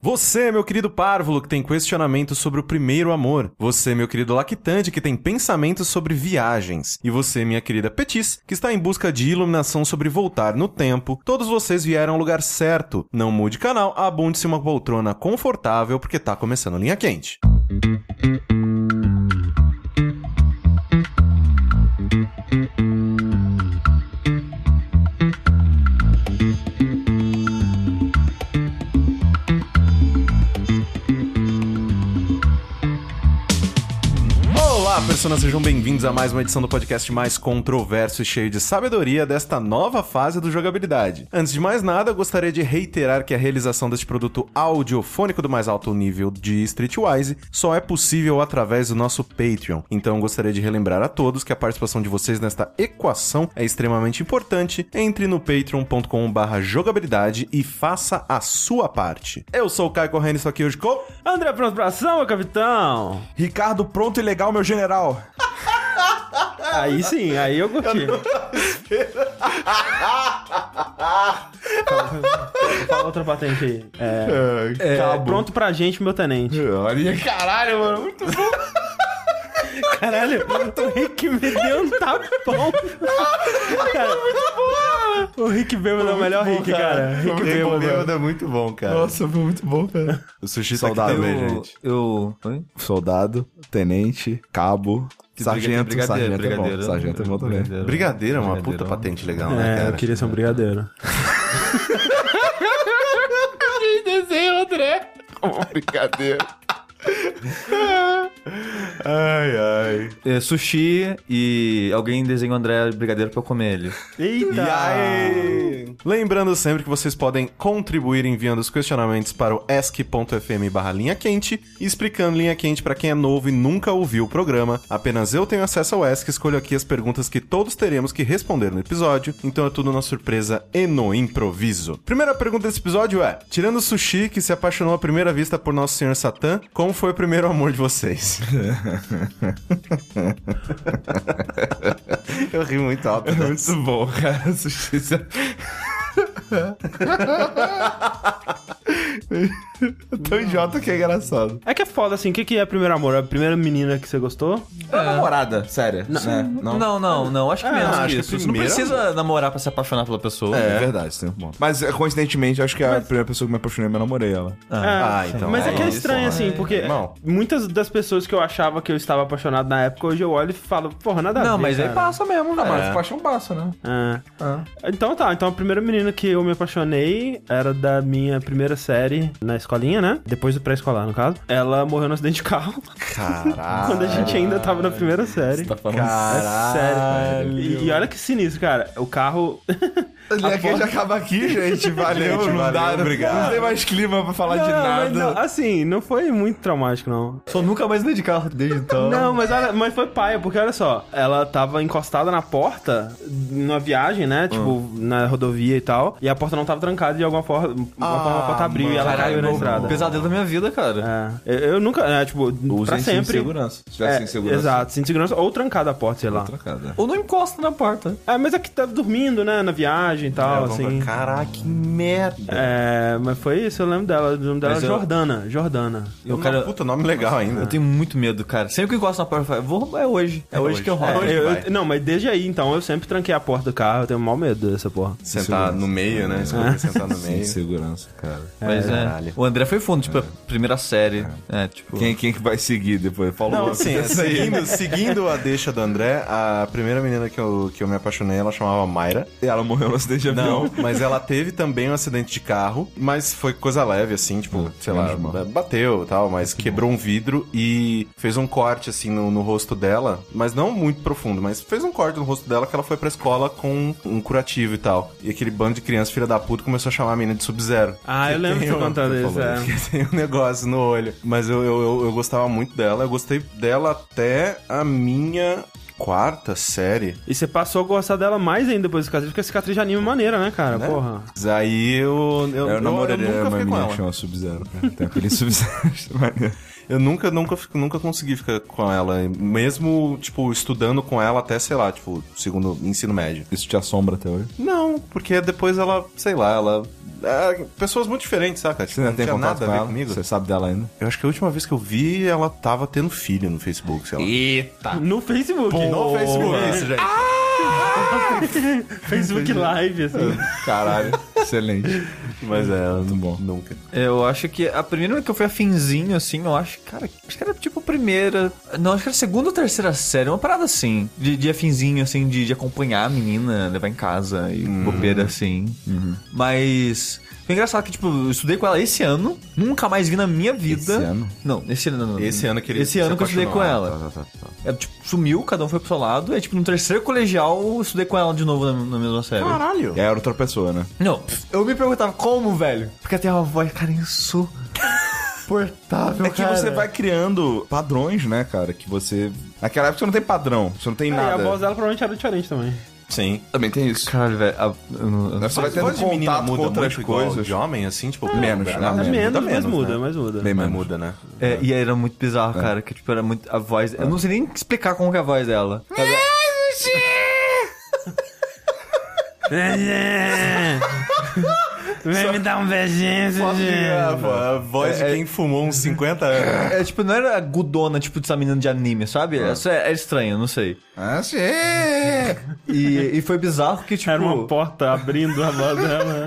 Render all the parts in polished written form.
Você, meu querido párvulo, que tem questionamentos sobre o primeiro amor. Você, meu querido lactante, que tem pensamentos sobre viagens. E você, minha querida Petis, que está em busca de iluminação sobre voltar no tempo. Todos vocês vieram ao lugar certo. Não mude canal, abunde-se uma poltrona confortável, porque tá começando Linha Quente. Olá, personas, sejam bem-vindos a mais uma edição do podcast mais controverso e cheio de sabedoria desta nova fase do jogabilidade. Antes de mais nada, eu gostaria de reiterar que a realização deste produto audiofônico do mais alto nível de Streetwise só é possível através do nosso Patreon. Então, eu gostaria de relembrar a todos que a participação de vocês nesta equação é extremamente importante. Entre no patreon.com/jogabilidade e faça a sua parte. Eu sou o Caio Corrêa e estou aqui hoje com... André, pronto pra ação, meu capitão? Ricardo, pronto e legal, meu general. Aí sim, aí eu curti. Fala outra patente aí. Pronto pra gente, meu tenente. Olha, caralho, mano, muito bom. Caralho, o Rick me deu um tapão. Cara, muito bom. O Rick Bêbado é o melhor Rick, cara. Rick Bêbado é muito bom, cara. Nossa, foi muito bom, cara. O Sushi Soldado, tá aqui também, gente. Oi? Soldado, tenente, cabo, sargento, sargento é bom. Sargento é bom também. Brigadeiro é uma puta patente legal, né, cara? Eu queria ser um brigadeiro. Que desenho, André. Brigadeiro. Ai. Sushi e alguém desenha o André brigadeiro pra eu comer ele. Eita! E aí? Lembrando sempre que vocês podem contribuir enviando os questionamentos para o ask.fm/linha quente e explicando Linha Quente para quem é novo e nunca ouviu o programa. Apenas eu tenho acesso ao ask, escolho aqui as perguntas que todos teremos que responder no episódio, então é tudo na surpresa e no improviso. Primeira pergunta desse episódio é: tirando o Sushi, que se apaixonou à primeira vista por Nosso Senhor Satã, como foi o primeiro amor de vocês? Eu ri muito alto. É muito bom, cara. Sushi. Tão idiota que é engraçado. É que é foda, assim, o que é primeiro amor? A primeira menina que você gostou? Namorada, séria. Não, acho que menos acho que que isso. Você não primeiro precisa namorar pra se apaixonar pela pessoa. É verdade, tem um ponto. Mas, coincidentemente, acho que a primeira pessoa que me apaixonei, eu namorei ela. Então. Mas é que é isso, estranho, assim, porque irmão. muitas das pessoas que eu achava que eu estava apaixonado na época, hoje eu olho e falo, porra, nada a ver, Não, mas aí cara. passa mesmo, né? Mas paixão passa, né? Então tá, então a primeira menina que eu me apaixonei era da minha primeira série na escolinha, né? Depois do pré-escolar, no caso. Ela morreu no acidente de carro. Caralho. Quando a gente ainda tava na primeira série. Tá falando É sério. E olha que sinistro, cara. O carro... A gente acaba aqui, gente. Valeu, Gente, não dá. obrigado. Não tem mais clima pra falar de nada. Mas não, assim, não foi muito traumático, não. Só nunca mais andei de carro desde então. Não, mas foi paia, porque olha só, ela tava encostada na porta numa viagem, né? Tipo, na rodovia e tal. E a porta não tava trancada e de alguma forma a porta abriu e ela caiu na estrada. Pesadelo da minha vida, cara. Eu nunca, pra sempre. Sem segurança. Se tivesse sem segurança. Exato, sem segurança ou trancada a porta, sei lá. Ou não encosta na porta. Mas é que tava dormindo, né? Na viagem e tal, assim. Caraca, que merda. Mas foi isso, eu lembro dela. O nome dela é Jordana. Puta, nome legal ainda. Eu tenho muito medo, cara. Sempre que eu encosto na porta, eu falo, é hoje. É hoje que eu rolo. Não, mas desde aí, então, eu sempre tranquei a porta do carro. Eu tenho mau medo dessa porra. Sentar no meio, né? Escolher sentar no meio. Sem segurança, cara. Mas caralho. o André foi fundo, tipo, a primeira série. Tipo... Quem que vai seguir depois? Falou. Não, assim, seguindo a deixa do André, a primeira menina que eu me apaixonei, ela chamava Mayra. E ela morreu no acidente de avião. Não, mas ela teve também um acidente de carro, mas foi coisa leve, assim, tipo, sei lá, bateu e tal, mas quebrou um vidro e fez um corte, assim, no rosto dela, mas não muito profundo, mas fez um corte no rosto dela que ela foi pra escola com um curativo e tal. E aquele bando de crianças filha da puta começou a chamar a menina de Sub-Zero. Eu lembro de você contando isso, Porque tem um negócio no olho. Mas eu gostava muito dela, eu gostei dela até a minha... quarta série. E você passou a gostar dela mais ainda depois da cicatriz, porque a cicatriz de anime é maneira, né, cara? Né? Porra. Aí eu namorei nunca uma fiquei com menina ela. que chama Sub-Zero. Tem aquele Sub-Zero maneiro. Eu nunca consegui ficar com ela. Mesmo, tipo, estudando com ela até, sei lá, tipo, segundo ensino médio. Isso te assombra até hoje? Não, porque depois ela, sei lá, ela pessoas muito diferentes, saca? Você ainda tem contato com ela? Comigo. Você sabe dela ainda? Eu acho que a última vez que eu vi, ela tava tendo filho no Facebook, sei lá. Eita! No Facebook. No Facebook, isso, gente. Facebook Live, assim. Caralho, excelente. Mas muito bom. Nunca. Eu acho que a primeira vez que eu fui afinzinho, assim, eu acho que era tipo a primeira... Não, acho que era a segunda ou terceira série, uma parada assim. De afinzinho, assim, de acompanhar a menina, levar em casa e bobeira, assim. Mas... Foi engraçado que, tipo, eu estudei com ela esse ano, nunca mais vi na minha vida... Esse ano? Não, esse ano não. Esse ano que ele Esse ano que eu estudei com ela. Tá. Ela, tipo, sumiu, cada um foi pro seu lado, e, tipo, no terceiro colegial, eu estudei com ela de novo na mesma série. Caralho. E aí era outra pessoa, né? Não, eu me perguntava como, velho? Porque tem uma voz, cara, insuportável, É que você vai criando padrões, né, cara? Que você... Naquela época você não tem padrão, você não tem E nada. a voz dela provavelmente era diferente também. Sim. Também tem isso. Caralho, velho. Você vai tendo contato com outras coisas. De homem, assim, tipo... Menos, né? Mas muda, né? mas muda. Bem Mas menos. muda, né? É, e era muito bizarro, cara, que, tipo, era muito... A voz... Eu não sei nem explicar como que é a voz dela. Vem me dar um beijinho, A voz de quem fumou uns 50 anos. É, tipo, não era agudona, tipo, dessa menina de anime, sabe? Isso é estranho, não sei. Ah, sim! E foi bizarro que, tipo... Era uma porta abrindo a voz dela.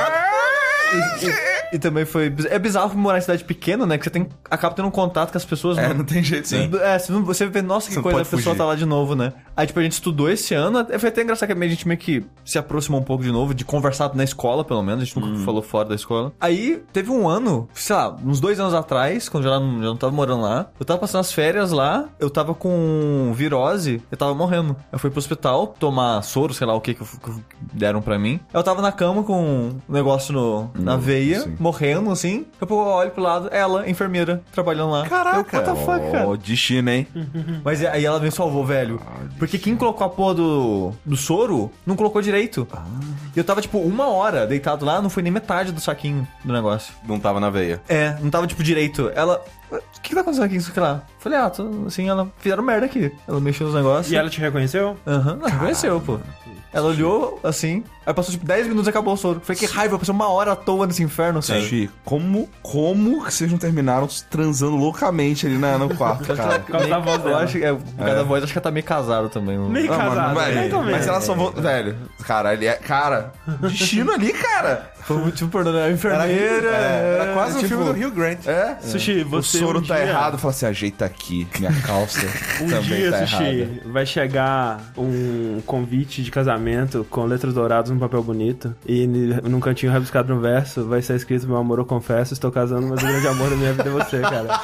E também foi... É bizarro morar em cidade pequena, né? Que você acaba tendo um contato com as pessoas. Não tem jeito, sim. Você vê, nossa, que Você coisa, a não pode pessoa fugir. tá lá de novo, né? Aí, tipo, a gente estudou esse ano. Foi até engraçado que a gente meio que se aproximou um pouco de novo, de conversar na escola, pelo menos. A gente nunca falou fora da escola. Aí, teve um ano, sei lá, uns 2 anos atrás, quando eu já não tava morando lá. Eu tava passando as férias lá, eu tava com virose, eu tava morrendo. Eu fui pro hospital tomar soro, sei lá o que deram pra mim. Eu tava na cama com um negócio na veia, sim. morrendo, assim. Daqui a pouco eu olho pro lado, ela, enfermeira, trabalhando lá. Caraca. What the fuck, cara? Ó, destino, hein? Mas aí ela me salvou, velho. Porque quem colocou a porra do soro não colocou direito. E eu tava, tipo, 1 hora deitado lá, não foi nem metade do saquinho do negócio. Não tava na veia. É, não tava, tipo, direito. Ela... O que tá acontecendo aqui? Isso aqui lá. Falei, assim, ela... Fizeram merda aqui. Ela mexeu nos negócios. E ela te reconheceu? Aham, ela reconheceu, pô. Ela olhou, assim, aí passou, tipo, 10 minutos e acabou o soro. Falei, que raiva, eu passei 1 hora à toa nesse inferno, cara. Sushi, como que vocês não terminaram transando loucamente ali no quarto, cara? Por causa da voz Eu dela. acho que, por causa da voz, acho que ela tá meio casada também. Meio casado. Mas ela só velho, cara, ele é... Cara, destino ali, cara. Foi muito tipo, a enfermeira... Era quase um tipo, filme do Rio Grande. É? Sushi, O você soro um tá dia- errado. Fala assim, ajeita aqui, minha calça Um também dia, tá Sushi, errada. vai chegar um convite de casamento com letras douradas num papel bonito e num cantinho rabiscado no verso vai ser escrito: meu amor, eu confesso, estou casando, mas o grande amor da minha vida é você, cara.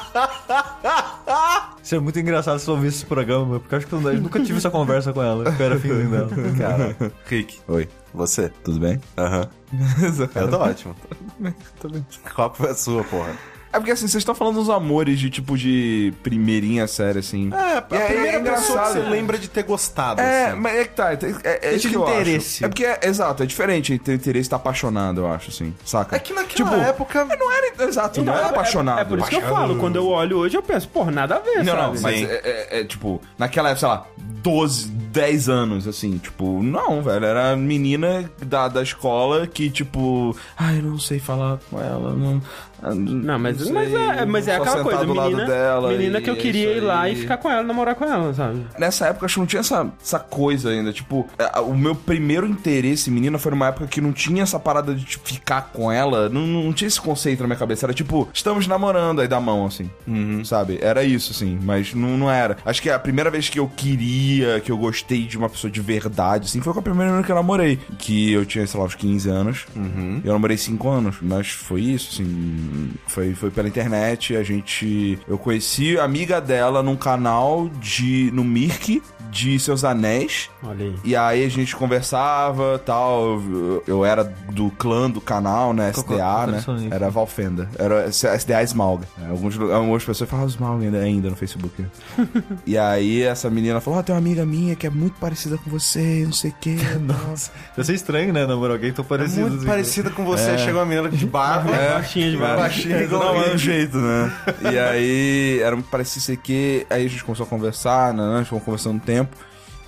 Isso é muito engraçado se eu ouvisse esse programa, porque eu acho que eu nunca tive essa conversa com ela. Eu era finzinho dela. Cara, Rick, Oi, você? tudo bem? Aham. Eu tô ótimo. Qual foi a sua, porra? É porque assim, vocês estão falando dos amores de tipo de primeirinha série, assim. A primeira pessoa que engraçado. você lembra de ter gostado, É, assim. mas é que tá, é isso de que eu interesse. acho. É porque, exato, é diferente ter interesse e estar apaixonado, eu acho, assim, saca? É que naquela época... Não era, exato, não era apaixonado. É por isso que eu falo, quando eu olho hoje eu penso, porra, nada a ver, Não, sabe? não, mas Sim. é tipo, naquela época, sei lá, 12, 10 anos, assim, tipo, não, velho, era menina da escola que, tipo, ai, eu não sei falar com ela, não... Não, mas sei, é só aquela sentar coisa, do lado menina, dela menina e que eu é queria isso ir lá aí. e ficar com ela, namorar com ela, sabe? Nessa época, acho que não tinha essa coisa ainda. Tipo, o meu primeiro interesse em menina foi numa época que não tinha essa parada de tipo, ficar com ela. Não tinha esse conceito na minha cabeça. Era tipo, estamos namorando, aí dá mão, assim. Sabe? Era isso, assim. Mas não era. Acho que a primeira vez que eu gostei de uma pessoa de verdade, assim, foi com a primeira menina que eu namorei. Que eu tinha, sei lá, uns 15 anos. E eu namorei 5 anos. Mas foi isso, assim. Foi pela internet. Eu conheci a amiga dela num canal no Mirk de Seus Anéis. Olha aí. E aí a gente conversava tal. Eu era do clã do canal, né? SDA, né? Era Valfenda. Era SDA Smaug. Algumas pessoas falavam Smaug ainda no Facebook. E aí essa menina falou: tem uma amiga minha que é muito parecida com você, não sei o que. Nossa, deve ser estranho, né? Namorar alguém tão parecido. Muito assim. parecida com você. Chegou uma menina de barba. Baixinha de barba. Baixinha, igual Não, a é um gente. jeito, né? E aí era muito parecido, sei que. Aí a gente começou a conversar, né? A gente ficou conversando um tempo.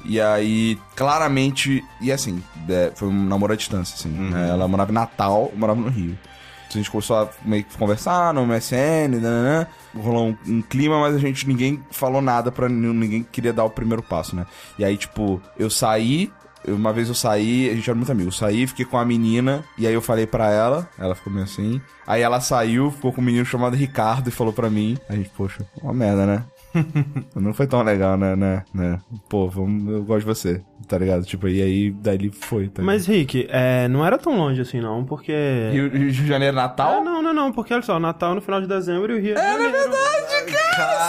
E aí, claramente... E assim, foi um namoro à distância, assim. Né? Ela morava em Natal, eu morava no Rio. Então a gente começou a meio que conversar no MSN, rolou um clima, mas ninguém falou nada ninguém queria dar o primeiro passo, né? E aí, tipo, uma vez eu saí, a gente era muito amigo, eu saí, fiquei com a menina, e aí eu falei pra ela ficou meio assim, aí ela saiu, ficou com um menino chamado Ricardo e falou pra mim, a gente, poxa, uma merda, né? Não foi tão legal, né? Pô, eu gosto de você, tá ligado? Tipo, e aí, daí ele foi, tá ligado? Mas, Rick, não era tão longe assim, não, porque... Rio de Janeiro, Natal? Não, porque olha só, Natal no final de dezembro e o Rio de Janeiro... É verdade, cara!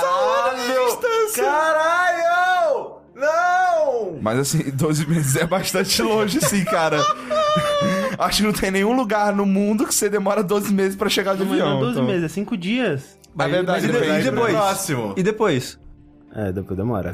Caralho! Não! Mas assim, 12 meses é bastante longe, sim, cara. Acho que não tem nenhum lugar no mundo que você demora 12 meses pra chegar de avião. Não é 12 então. meses, é 5 dias. É verdade, e depois? Próximo. E depois? Depois demora.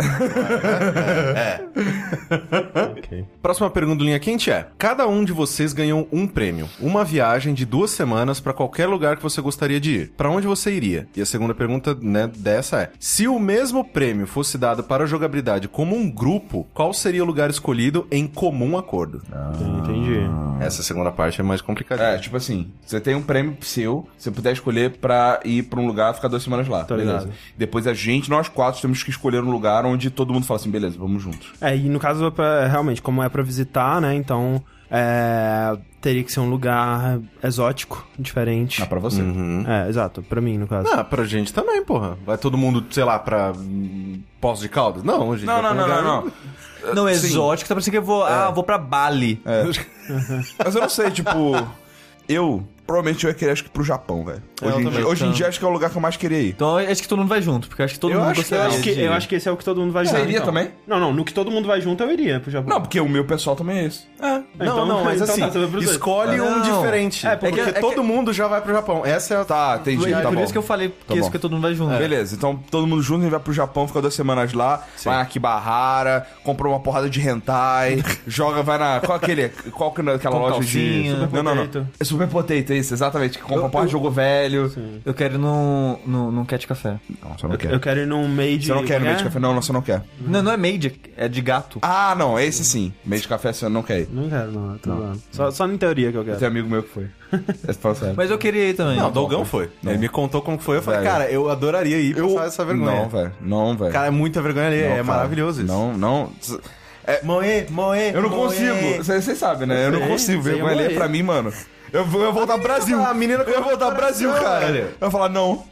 Ok. Próxima pergunta, linha quente é: cada um de vocês ganhou um prêmio, uma viagem de 2 semanas pra qualquer lugar que você gostaria de ir. Pra onde você iria? E a segunda pergunta, né, dessa é: se o mesmo prêmio fosse dado para a jogabilidade como um grupo, qual seria o lugar escolhido em comum acordo? Entendi. Essa segunda parte é mais complicada. Tipo assim, você tem um prêmio seu, você puder escolher pra ir pra um lugar e ficar 2 semanas lá. Tá beleza. ligado. Depois nós 4 temos que escolher um lugar onde todo mundo fala assim, beleza, vamos juntos. E no caso, realmente, como é pra visitar, né, então... teria que ser um lugar exótico, diferente. Pra você. Exato, pra mim, no caso. Pra gente também, porra. Vai todo mundo, sei lá, pra Poços de Caldas? Não, a gente vai pra um lugar... Não, Sim. exótico, tá parecendo que eu vou pra Bali. Mas eu não sei, tipo... Provavelmente eu ia querer, acho que pro Japão, velho. Hoje em dia, acho que é o lugar que eu mais queria ir. Então acho que todo mundo vai junto, porque acho que todo mundo gostaria. Eu acho que esse é o que todo mundo vai junto. Você iria então. também? Não, no que todo mundo vai junto eu iria pro Japão. Não, porque o meu pessoal também é esse. Mas assim, você vai pros dois. escolhe um diferente. Porque todo mundo já vai pro Japão. Essa é a... Tá, entendi. É Tá por bom. isso que eu falei que esse que todo mundo vai junto. Beleza, então todo mundo junto, a gente vai pro Japão, fica 2 semanas lá, vai na Kibahara, compra uma porrada de hentai, vai na... Qual que é aquela loja calcinha, de... Super Não. Potato. É Super Potato, isso, exatamente. Que compra uma porrada de jogo velho. Eu quero ir num Cat Café. Não, você não quer. Eu quero ir num Made... Você não quer no meio de café? Não, você não quer. Não é Made, é de gato. Ah, não, esse sim. Meio de café você não quer ir. Não quero, não. Tô zoando. Só na teoria que eu quero. Tem amigo meu que foi. Esse fala sério. Mas eu queria ir também. Não, o Dogão foi. Não. Ele me contou como foi. Eu falei, Velho. cara, eu adoraria ir passar essa vergonha. Não, velho. Cara, é muita vergonha ali. Não, É cara. maravilhoso isso. Não. Moer. Eu não consigo. Vocês sabem, né? Eu não consigo. sei, Vergonha ali morrer. pra mim, mano. Eu ia voltar pro Brasil. A menina Eu ia voltar pro Brasil, cara. velho. Eu ia falar, não.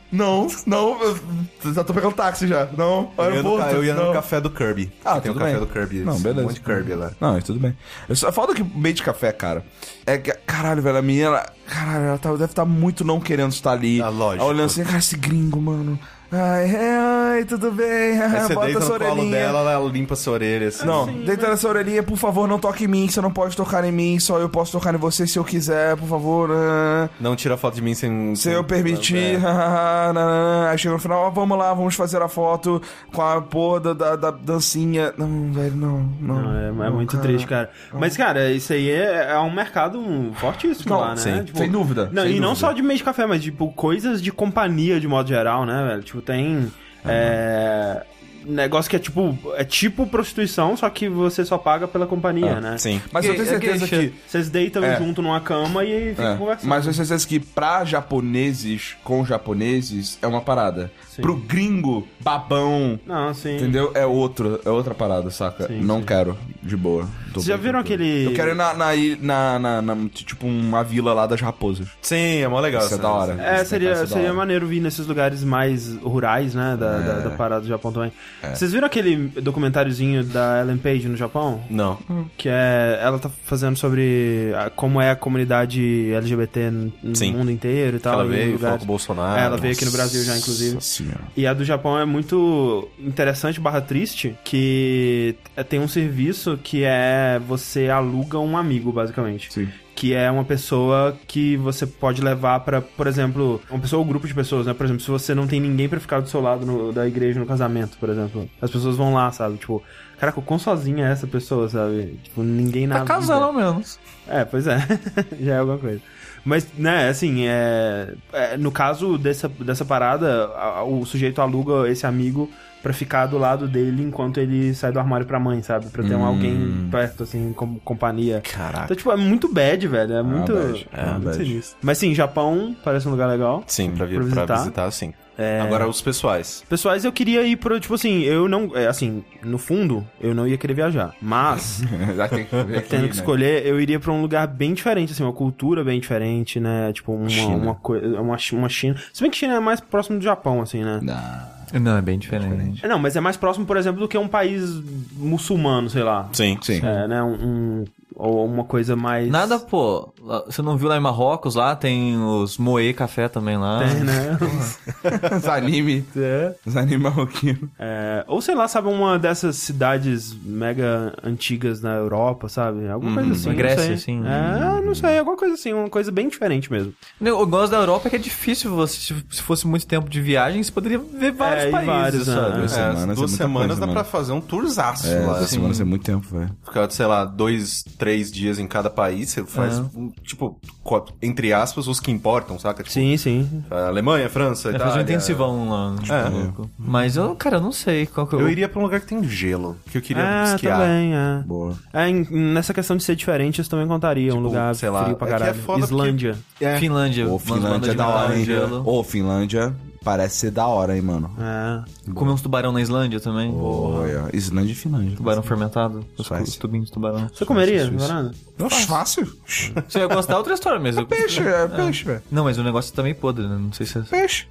Eu já tô pegando táxi já. Não, Eu ia no não. café do Kirby. tudo Tem o café bem. do Kirby. Não, beleza. Um monte de Kirby lá. Não, é tudo bem. Só falta que meio de café, cara. É que, caralho, velho, a menina... Caralho, ela deve estar muito não querendo estar ali. Lógico. Olhando assim, cara, esse gringo, mano. Ai, tudo bem. Aí você Bota deita sua no colo orelhinha. dela, ela limpa sua orelha, assim. Não, deita nessa orelhinha, por favor, não toque em mim, você não pode tocar em mim, só eu posso tocar em você se eu quiser, por favor. Não tira foto de mim sem... Se eu permitir, aí chega no final, vamos lá, vamos fazer a foto com a porra da dancinha. Não, velho, não. É muito triste, cara. Mas, cara, isso aí é um mercado fortíssimo Não, lá, né? sim, Tipo, sem dúvida. Não, sem e não dúvida. só de meio de café, mas, tipo, coisas de companhia de modo geral, né, velho? Tipo, tem... negócio que é tipo prostituição, só que você só paga pela companhia, né? Sim. Mas eu tenho certeza que... Vocês deitam junto numa cama e ficam conversando. Mas eu tenho certeza que pra japoneses, com japoneses, é uma parada. Sim. Pro gringo, babão, Não, sim. entendeu? É outra parada, saca? Sim, não sim. quero, de boa. Tô Vocês já bem, viram tranquilo. aquele... Eu quero ir tipo, uma vila lá das raposas. Sim, é mó legal. Isso é da hora. Seria maneiro vir nesses lugares mais rurais, né? Da parada do Japão também. Vocês viram aquele documentáriozinho da Ellen Page no Japão? Não. Que ela tá fazendo sobre como é a comunidade LGBT no Sim. mundo inteiro e tal. Ela em veio, lugares. falou com o Bolsonaro. Ela veio aqui no Brasil já, inclusive. Nossa senhora. E a do Japão é muito interessante / triste, que tem um serviço que você aluga um amigo, basicamente. Sim. Que é uma pessoa que você pode levar pra, por exemplo, uma pessoa ou grupo de pessoas, né? Por exemplo, se você não tem ninguém pra ficar do seu lado da igreja no casamento, por exemplo. As pessoas vão lá, sabe? Tipo, caraca, o quão sozinha é essa pessoa, sabe? Tipo, ninguém na Tá casando ao vida. menos. Pois é. Já é alguma coisa. Mas, né, assim, no caso dessa parada, o sujeito aluga esse amigo pra ficar do lado dele enquanto ele sai do armário pra mãe, sabe? Pra ter alguém perto, assim, como companhia. Caraca. Então, tipo, é muito bad, velho. É muito... bad. muito bad. sinistro. Mas, sim, Japão parece um lugar legal. Sim, pra visitar. visitar, sim. Agora, os pessoais. Pessoais, eu queria ir pro, tipo assim, eu não... assim, no fundo, eu não ia querer viajar. Mas... Já tem que ver aqui, tendo que né? escolher, eu iria pra um lugar bem diferente, assim, uma cultura bem diferente, né? Tipo, uma China. Se bem que China é mais próximo do Japão, assim, né? Não, é bem diferente. Não, mas é mais próximo, por exemplo, do que um país muçulmano, sei lá. Sim. Né? Ou uma coisa mais... Nada, pô. Você não viu lá em Marrocos? Lá tem os Moe Café também lá. Tem, né? Os anime. Os anime marroquinos. Ou sei lá, sabe, uma dessas cidades mega antigas na Europa, sabe? Alguma coisa assim. Na Grécia, não sei. assim. Não sei, alguma coisa assim, uma coisa bem diferente mesmo. Eu gosto da Europa é que é difícil você, se fosse muito tempo de viagem, você poderia ver vários países, sabe? Duas semanas, Duas é muita semanas coisa, dá mano. pra fazer um tourzaço lá. 2 semanas é muito tempo, velho. Ficar, sei lá, 2, 3 dias em cada país, você faz, tipo, entre aspas, os que importam, saca? Tipo, Sim. Alemanha, França, Itália. Fazer um intensivão lá. Mas eu não sei qual que Eu iria pra um lugar que tem gelo, que eu queria esquiar. Também, Boa. nessa questão de ser diferente, eu também contaria um lugar sei lá, frio pra é que é caralho. foda Islândia. Finlândia. Ô, umas Finlândia bandas é de da hora, hein? gelo. Ô, Finlândia parece ser da hora, hein, mano. Comer uns tubarão na Islândia também. Olha, Islândia e Finlândia. Tubarão fermentado. Faz. Os tubinhos de tubarão. Você comeria, Isso. Varanda? Nossa, fácil. Você ia gostar outra história mesmo. Peixe, peixe, velho. Não, mas o negócio tá meio podre, né? Não sei se é... Peixe.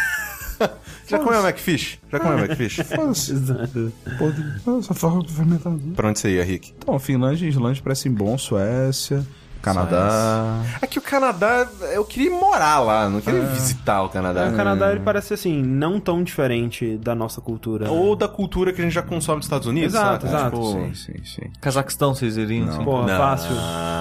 Já comeu McFish? Foda-se. Só forma fermentado. Pra onde você ia, Rick? Então, Finlândia e Islândia parecem bom, Suécia, Canadá. É que o Canadá, eu queria morar lá, não queria visitar o Canadá. O Canadá, ele parece, assim, não tão diferente da nossa cultura. Ou da cultura que a gente já consome dos Estados Unidos, Exato, sabe? exato. Sim. Cazaquistão, vocês iriam? Assim? Porra, fácil.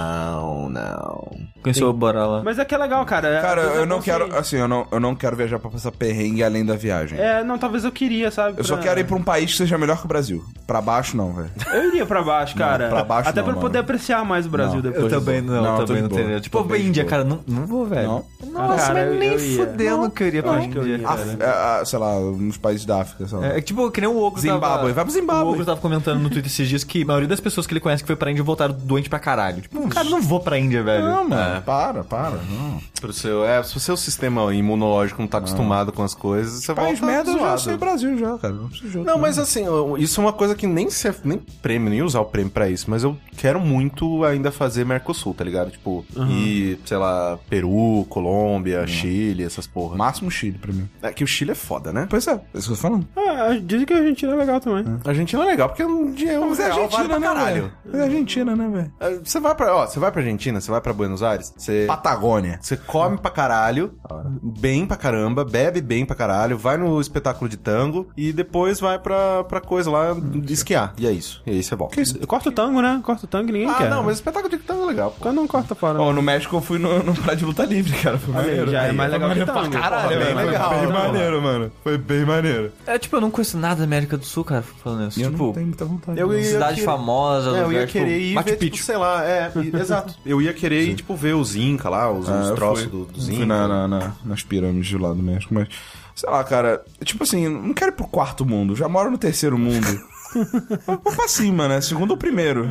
Não. Conheceu o Bora lá. Mas é que é legal, cara. Cara, Às vezes eu não bom quero, você- assim, eu não quero viajar pra passar perrengue além da viagem. Não, talvez eu queria, sabe? Eu só quero ir pra um país que seja melhor que o Brasil. Pra baixo, não, velho. Eu iria pra baixo, cara. pra baixo Até não, pra mano. poder apreciar mais o Brasil Não. depois. Eu também Não, não, tô também de não boa. teria. Tipo, Tô bem de Índia, boa. cara, não vou, velho. Não. Nossa, Cara, mas nem eu ia. fudendo que eu iria pra acho que eu Índia. ia, cara. Sei lá, nos países da África, sei lá. É tipo, que nem o Ogro Zimbábue, vai pro Zimbábue. O Ogro tava comentando no Twitter esses dias que a maioria das pessoas que ele conhece que foi pra Índia voltaram doente pra caralho. Tipo, cara, não vou pra Índia, velho. Não, mano, para, não. Se o seu sistema imunológico não tá acostumado com as coisas, você País volta merda, eu já zoado. sei Brasil já, cara. Não preciso de outro, Não, mas assim, isso é uma coisa que nem prêmio, nem usar o prêmio pra isso, mas eu quero muito ainda fazer Mercosul, tá ligado? Tipo, ir, sei lá, Peru, Colômbia, Chile, essas porra. Máximo Chile pra mim. É que o Chile é foda, né? Pois é isso que eu tô falando. Dizem que a Argentina é legal também. A Argentina é legal, porque um dia Mas é real vale pra caralho. velho? É Argentina, né, velho? Você vai pra Argentina, você vai pra Buenos Aires, você Patagônia. come pra caralho, bem pra caramba, bebe bem pra caralho, vai no espetáculo de tango e depois vai pra coisa lá esquiar. E é isso. E aí você volta. Corta o tango, né? Corta o tango e ninguém quer. Não, mas espetáculo de tango é legal. Pô. Quando não corta fora. Ó, no México eu fui no praia de luta livre, cara. Foi Olha aí, maneiro. já é mais legal que tango. Caralho, Porra, velho. bem legal. Foi bem Não, maneiro, mano. Foi bem maneiro. É, tipo, eu não conheço nada da América do Sul, cara, falando isso. E eu Tipo, não tenho muita vontade. Eu ia- cidade queria- famosa, eu ia lugar, querer tipo, ir Machu ver, Picchu. tipo, sei lá, exato. Eu ia querer ir, tipo, ver os Inca lá, os eu troços fui. dos Fui Inca. nas pirâmides lá do México, mas... Sei lá, cara... Tipo assim, não quero ir pro quarto mundo. Já moro no terceiro mundo. Vou pra cima, né? Segundo ou primeiro.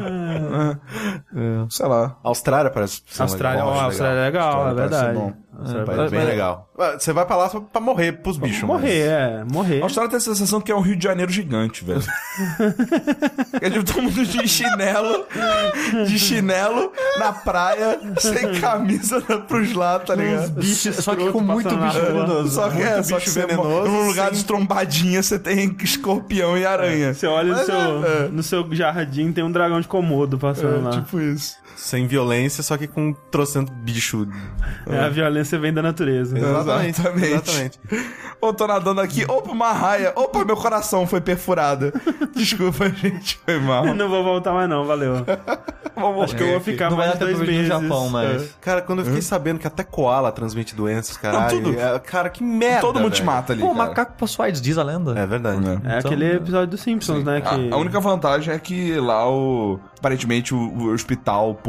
Sei lá. Austrália parece ser Austrália, legal. Austrália é legal, é Austrália parece verdade. bom. É bem legal. Você vai pra lá só pra morrer pros bichos. Morrer. A Austrália tem a sensação que é um Rio de Janeiro gigante, velho. É tipo todo mundo de chinelo, na praia, sem camisa pros lados, tá ligado? Só que com muito bicho venenoso. Só que bicho você venenoso, num lugar sem- de trombadinha, você tem escorpião e aranha. Você olha no seu jardim, tem um dragão de Komodo passando lá. Tipo isso. Sem violência, só que com trocentos bicho. A violência vem da natureza. Exatamente. Ô, tô nadando aqui, opa, uma raia. Opa, meu coração foi perfurado. Desculpa, gente, foi mal. Não vou voltar mais não, valeu. Acho que eu vou ficar Não vai mais dar tempo 2 de ir no meses. Japão, mas... Cara, quando eu fiquei sabendo que até koala transmite doenças, caralho. Não, tudo. Cara, que merda. Todo mundo te velho. mata ali, Pô, o cara. macaco passou AIDS, diz a lenda. É verdade. É aquele episódio dos Simpsons, né? Que... A única vantagem é que lá aparentemente o hospital público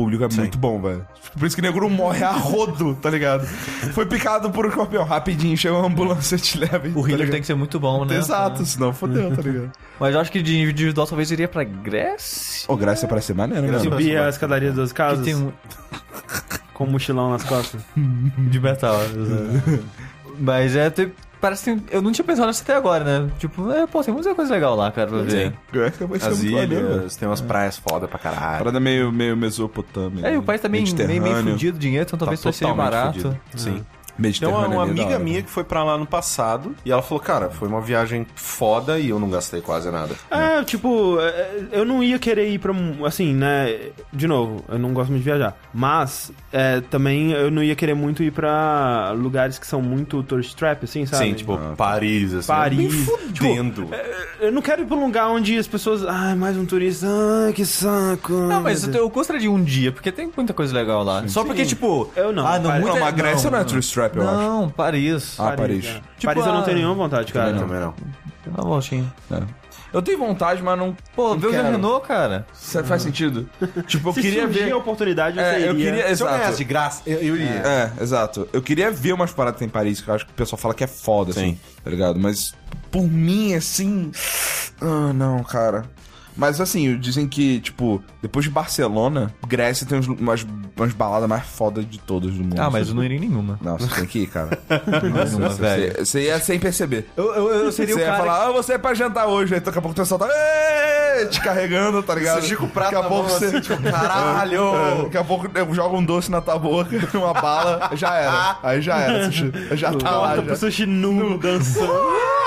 público é muito bom, velho. Por isso que o nego não morre a rodo, tá ligado? Foi picado por um escorpião, rapidinho, chega uma ambulância, te leva. O healer tem que ser muito bom, né? Exato, senão fodeu, tá ligado? Mas eu acho que de individual talvez iria pra Grécia. Ô, Grécia parece ser maneiro, né? Subir a escadaria das casas Que tem um com um mochilão nas costas. de metal. Mas parece que eu não tinha pensado nisso até agora, né? Tipo, tem muita coisa legal lá, cara, pra ver. Grécia vai ser As muito maneiro, velho. ilhas, tem umas praias foda pra caralho. Parada meio Mesopotâmia. E o país também meio fudido de dinheiro, então talvez seja totalmente barato. fudido. Sim. Tem Mediterrâneo. uma ali, da amiga hora. minha que foi pra lá no passado e ela falou, cara, foi uma viagem foda e eu não gastei quase nada. Tipo, eu não ia querer ir pra, assim, né, de novo, eu não gosto muito de viajar, mas também eu não ia querer muito ir pra lugares que são muito tourist trap, assim, sabe? Sim, tipo, Paris, assim. Paris. Me fudendo. Eu não quero ir pra um lugar onde as pessoas, mais um turista, que saco. Não, mas eu gostaria de ir um dia, porque tem muita coisa legal lá. Só porque, tipo... Eu não. Não, mas Grécia não é tourist trap, eu acho. Não, Paris. Paris. Tipo, Paris eu não tenho nenhuma vontade, cara. Também não. Uma voltinha. Eu tenho vontade, mas não... Pô, vê o Jean quero. Renault, cara. Faz sentido? Tipo, eu Se queria surgir ver... a oportunidade, você iria. eu queria... Se eu Exato. ganhasse de graça, eu iria. Exato. Eu queria ver umas paradas que tem em Paris, que eu acho que o pessoal fala que é foda, assim, Sim. tá ligado? Mas, por mim, assim... não, cara... Mas, assim, dizem que, tipo, depois de Barcelona, Grécia tem umas baladas mais fodas de todas do mundo. Mas eu não iria em nenhuma. Não, você tem que ir, cara. Nenhuma, velho. Você ia sem perceber. Eu seria Você o ia cara... falar, você é pra jantar hoje. Aí daqui a pouco o pessoal tá te carregando, tá ligado? Você fica o prato daqui a na pouco mão, você... assim, tipo, caralho! Daqui a pouco joga um doce na tua boca, uma bala, já era. Aí já era, sushi. Já tá lá, Volta pro já. sushi nu, dançando.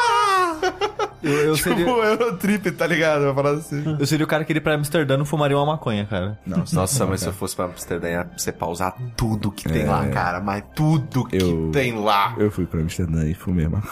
Eu Tipo, seria... Eurotrip, tá ligado? Uma parada assim. Eu seria o cara que iria pra Amsterdã e não fumaria uma maconha, cara. Nossa, mas se eu fosse pra Amsterdã, ia você pausar tudo que tem lá, cara. Mas tudo que tem lá. Eu fui pra Amsterdã e fumei maconha.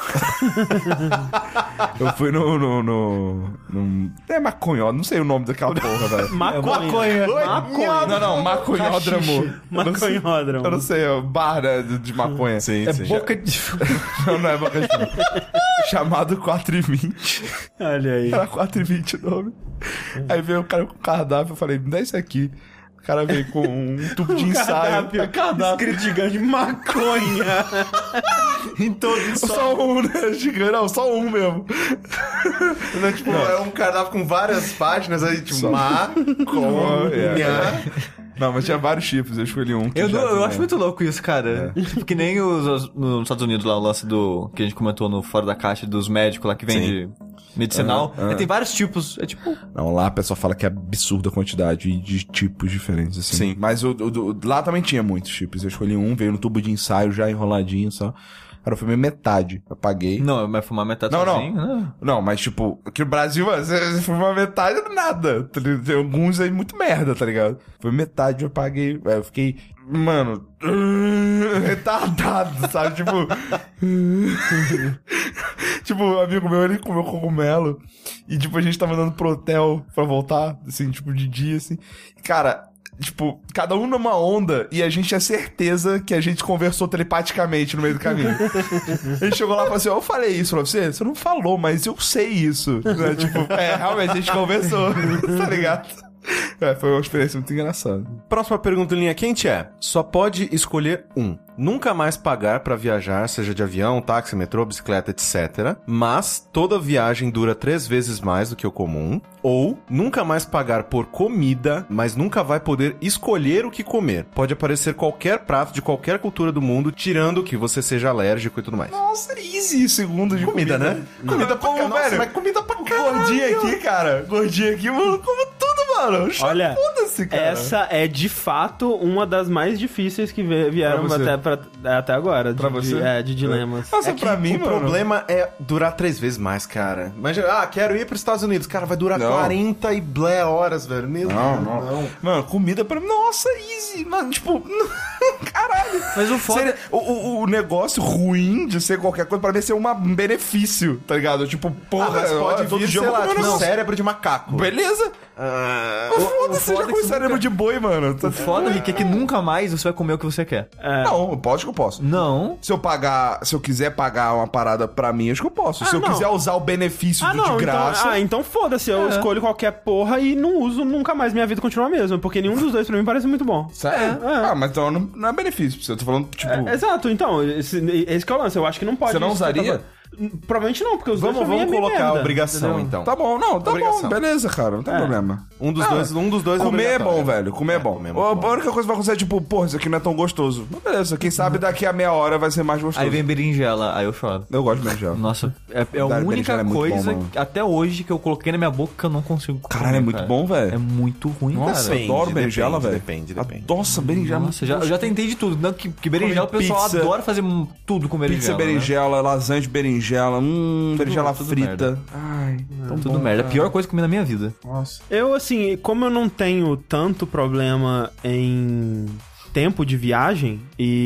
Eu fui num... É maconhó, não sei o nome daquela porra, velho. Maconha. Não, maconhódromo. Maconhódromo. Eu não sei, é o bar, né, de maconha. Sim, sim. Boca de... Não é boca de chamado 4,20. Olha aí. Era 4,20 o nome. Aí veio o cara com cardápio, eu falei, me dá isso aqui. O cara veio com um tubo de ensaio. Cardápio. Escrito gigante, maconha. Em todo Só um, né? Gigante, não, só um mesmo. Não, tipo, é um cardápio com várias páginas aí, tipo, maconha. Não, mas tinha vários chips, eu escolhi um. Que Eu acho muito louco isso, cara. Tipo, que nem nos Estados Unidos lá, o lance do... Que a gente comentou no Fora da Caixa, dos médicos lá que vende medicinal. Tem vários tipos. É tipo... Não, lá a pessoa fala que é absurda a quantidade de tipos diferentes, assim. Sim. Mas lá também tinha muitos chips. Eu escolhi um, veio no tubo de ensaio já enroladinho só. Cara, foi minha metade. Eu paguei. Não, mas fumar metade Não, sozinho, né? Não, mas tipo, aqui no Brasil, você fuma metade nada. Tem alguns aí muito merda, tá ligado? Foi metade, eu paguei. Eu fiquei, mano, retardado, sabe? Tipo, um amigo meu, ele comeu cogumelo. E tipo, a gente tava andando pro hotel pra voltar, assim, tipo, de dia, assim. Cara, tipo, cada um numa onda e a gente tinha certeza que a gente conversou telepaticamente no meio do caminho. A gente chegou lá e falou assim, eu falei isso pra você? Você não falou, mas eu sei isso. Né? Tipo, realmente a gente conversou, tá ligado? Foi uma experiência muito engraçada. Próxima pergunta em linha quente é: só pode escolher um. Nunca mais pagar pra viajar, seja de avião, táxi, metrô, bicicleta, etc. Mas toda viagem dura 3 vezes mais do que o comum. Ou nunca mais pagar por comida, mas nunca vai poder escolher o que comer. Pode aparecer qualquer prato de qualquer cultura do mundo, tirando que você seja alérgico e tudo mais. Nossa, easy, segundo de comida, né? Comida pra Nossa, velho. mas comida pra caralho. Gordinha aqui, cara. Gordinha aqui, mano, como tudo, mano. Olha, foda-se, cara. essa é de fato uma das mais difíceis que vieram Pra você. até agora. Pra você? De dilemas. Nossa, É que pra mim, o mano. problema é durar 3 vezes mais, cara. Imagina, quero ir pros Estados Unidos. Cara, vai durar Não. 40 e blé horas, velho. Meu Deus. Não. Mano, comida pra mim. Nossa, easy. Mano, tipo. caralho. Mas o foda... Seria, o negócio ruim de ser qualquer coisa, pra mim, é ser um benefício, tá ligado? Tipo, porra, mas pode todo vir, dia sei eu lá, vou comer tipo, um negócio. cérebro de macaco. Beleza. Foda-se, foda já é com que cérebro nunca- de boi, mano. O foda, Rick, é que nunca mais você vai comer o que você quer. Não, pode que eu posso. Não. Se eu quiser pagar uma parada pra mim, acho que eu posso. Se eu não. quiser usar o benefício do de graça... Então foda-se, eu escolho qualquer porra e não uso nunca mais, minha vida continua a mesma, porque nenhum dos dois pra mim parece muito bom. Sério? Mas então não é benefício pra você. Eu tô falando, tipo... Exato, então, esse que é o lance, eu acho que não pode... Você não usaria? Provavelmente não, porque os dois pra mim é Vamos bem colocar merda, a obrigação, entendeu? então. Tá bom, não, tá Obrigação. bom, beleza, cara, não tem problema. Um dos dois é Comer é obrigatório. bom, velho, comer é bom. comer é A muito bom. única coisa que vai acontecer é tipo, porra, isso aqui não é tão gostoso. Mas beleza, quem sabe daqui a meia hora vai ser mais gostoso. Aí vem berinjela, aí eu choro. Eu gosto de berinjela. Nossa, é a Verdade, única berinjela é muito coisa bom, mano. até hoje que eu coloquei na minha boca que eu não consigo comer, Caralho, é muito cara. bom, velho. É muito ruim, Nossa, cara. eu adoro berinjela, velho. Depende. Nossa, berinjela. Nossa, eu já tentei de tudo. Não, que berinjela, o Comi pessoal pizza. adora fazer tudo com berinjela. Pizza né? berinjela, lasanha de berinjela, berinjela tudo frita. merda. Ai, tão Tudo bom, merda. É a cara. pior coisa que eu comi na minha vida. Nossa. Eu, assim, como eu não tenho tanto problema em tempo de viagem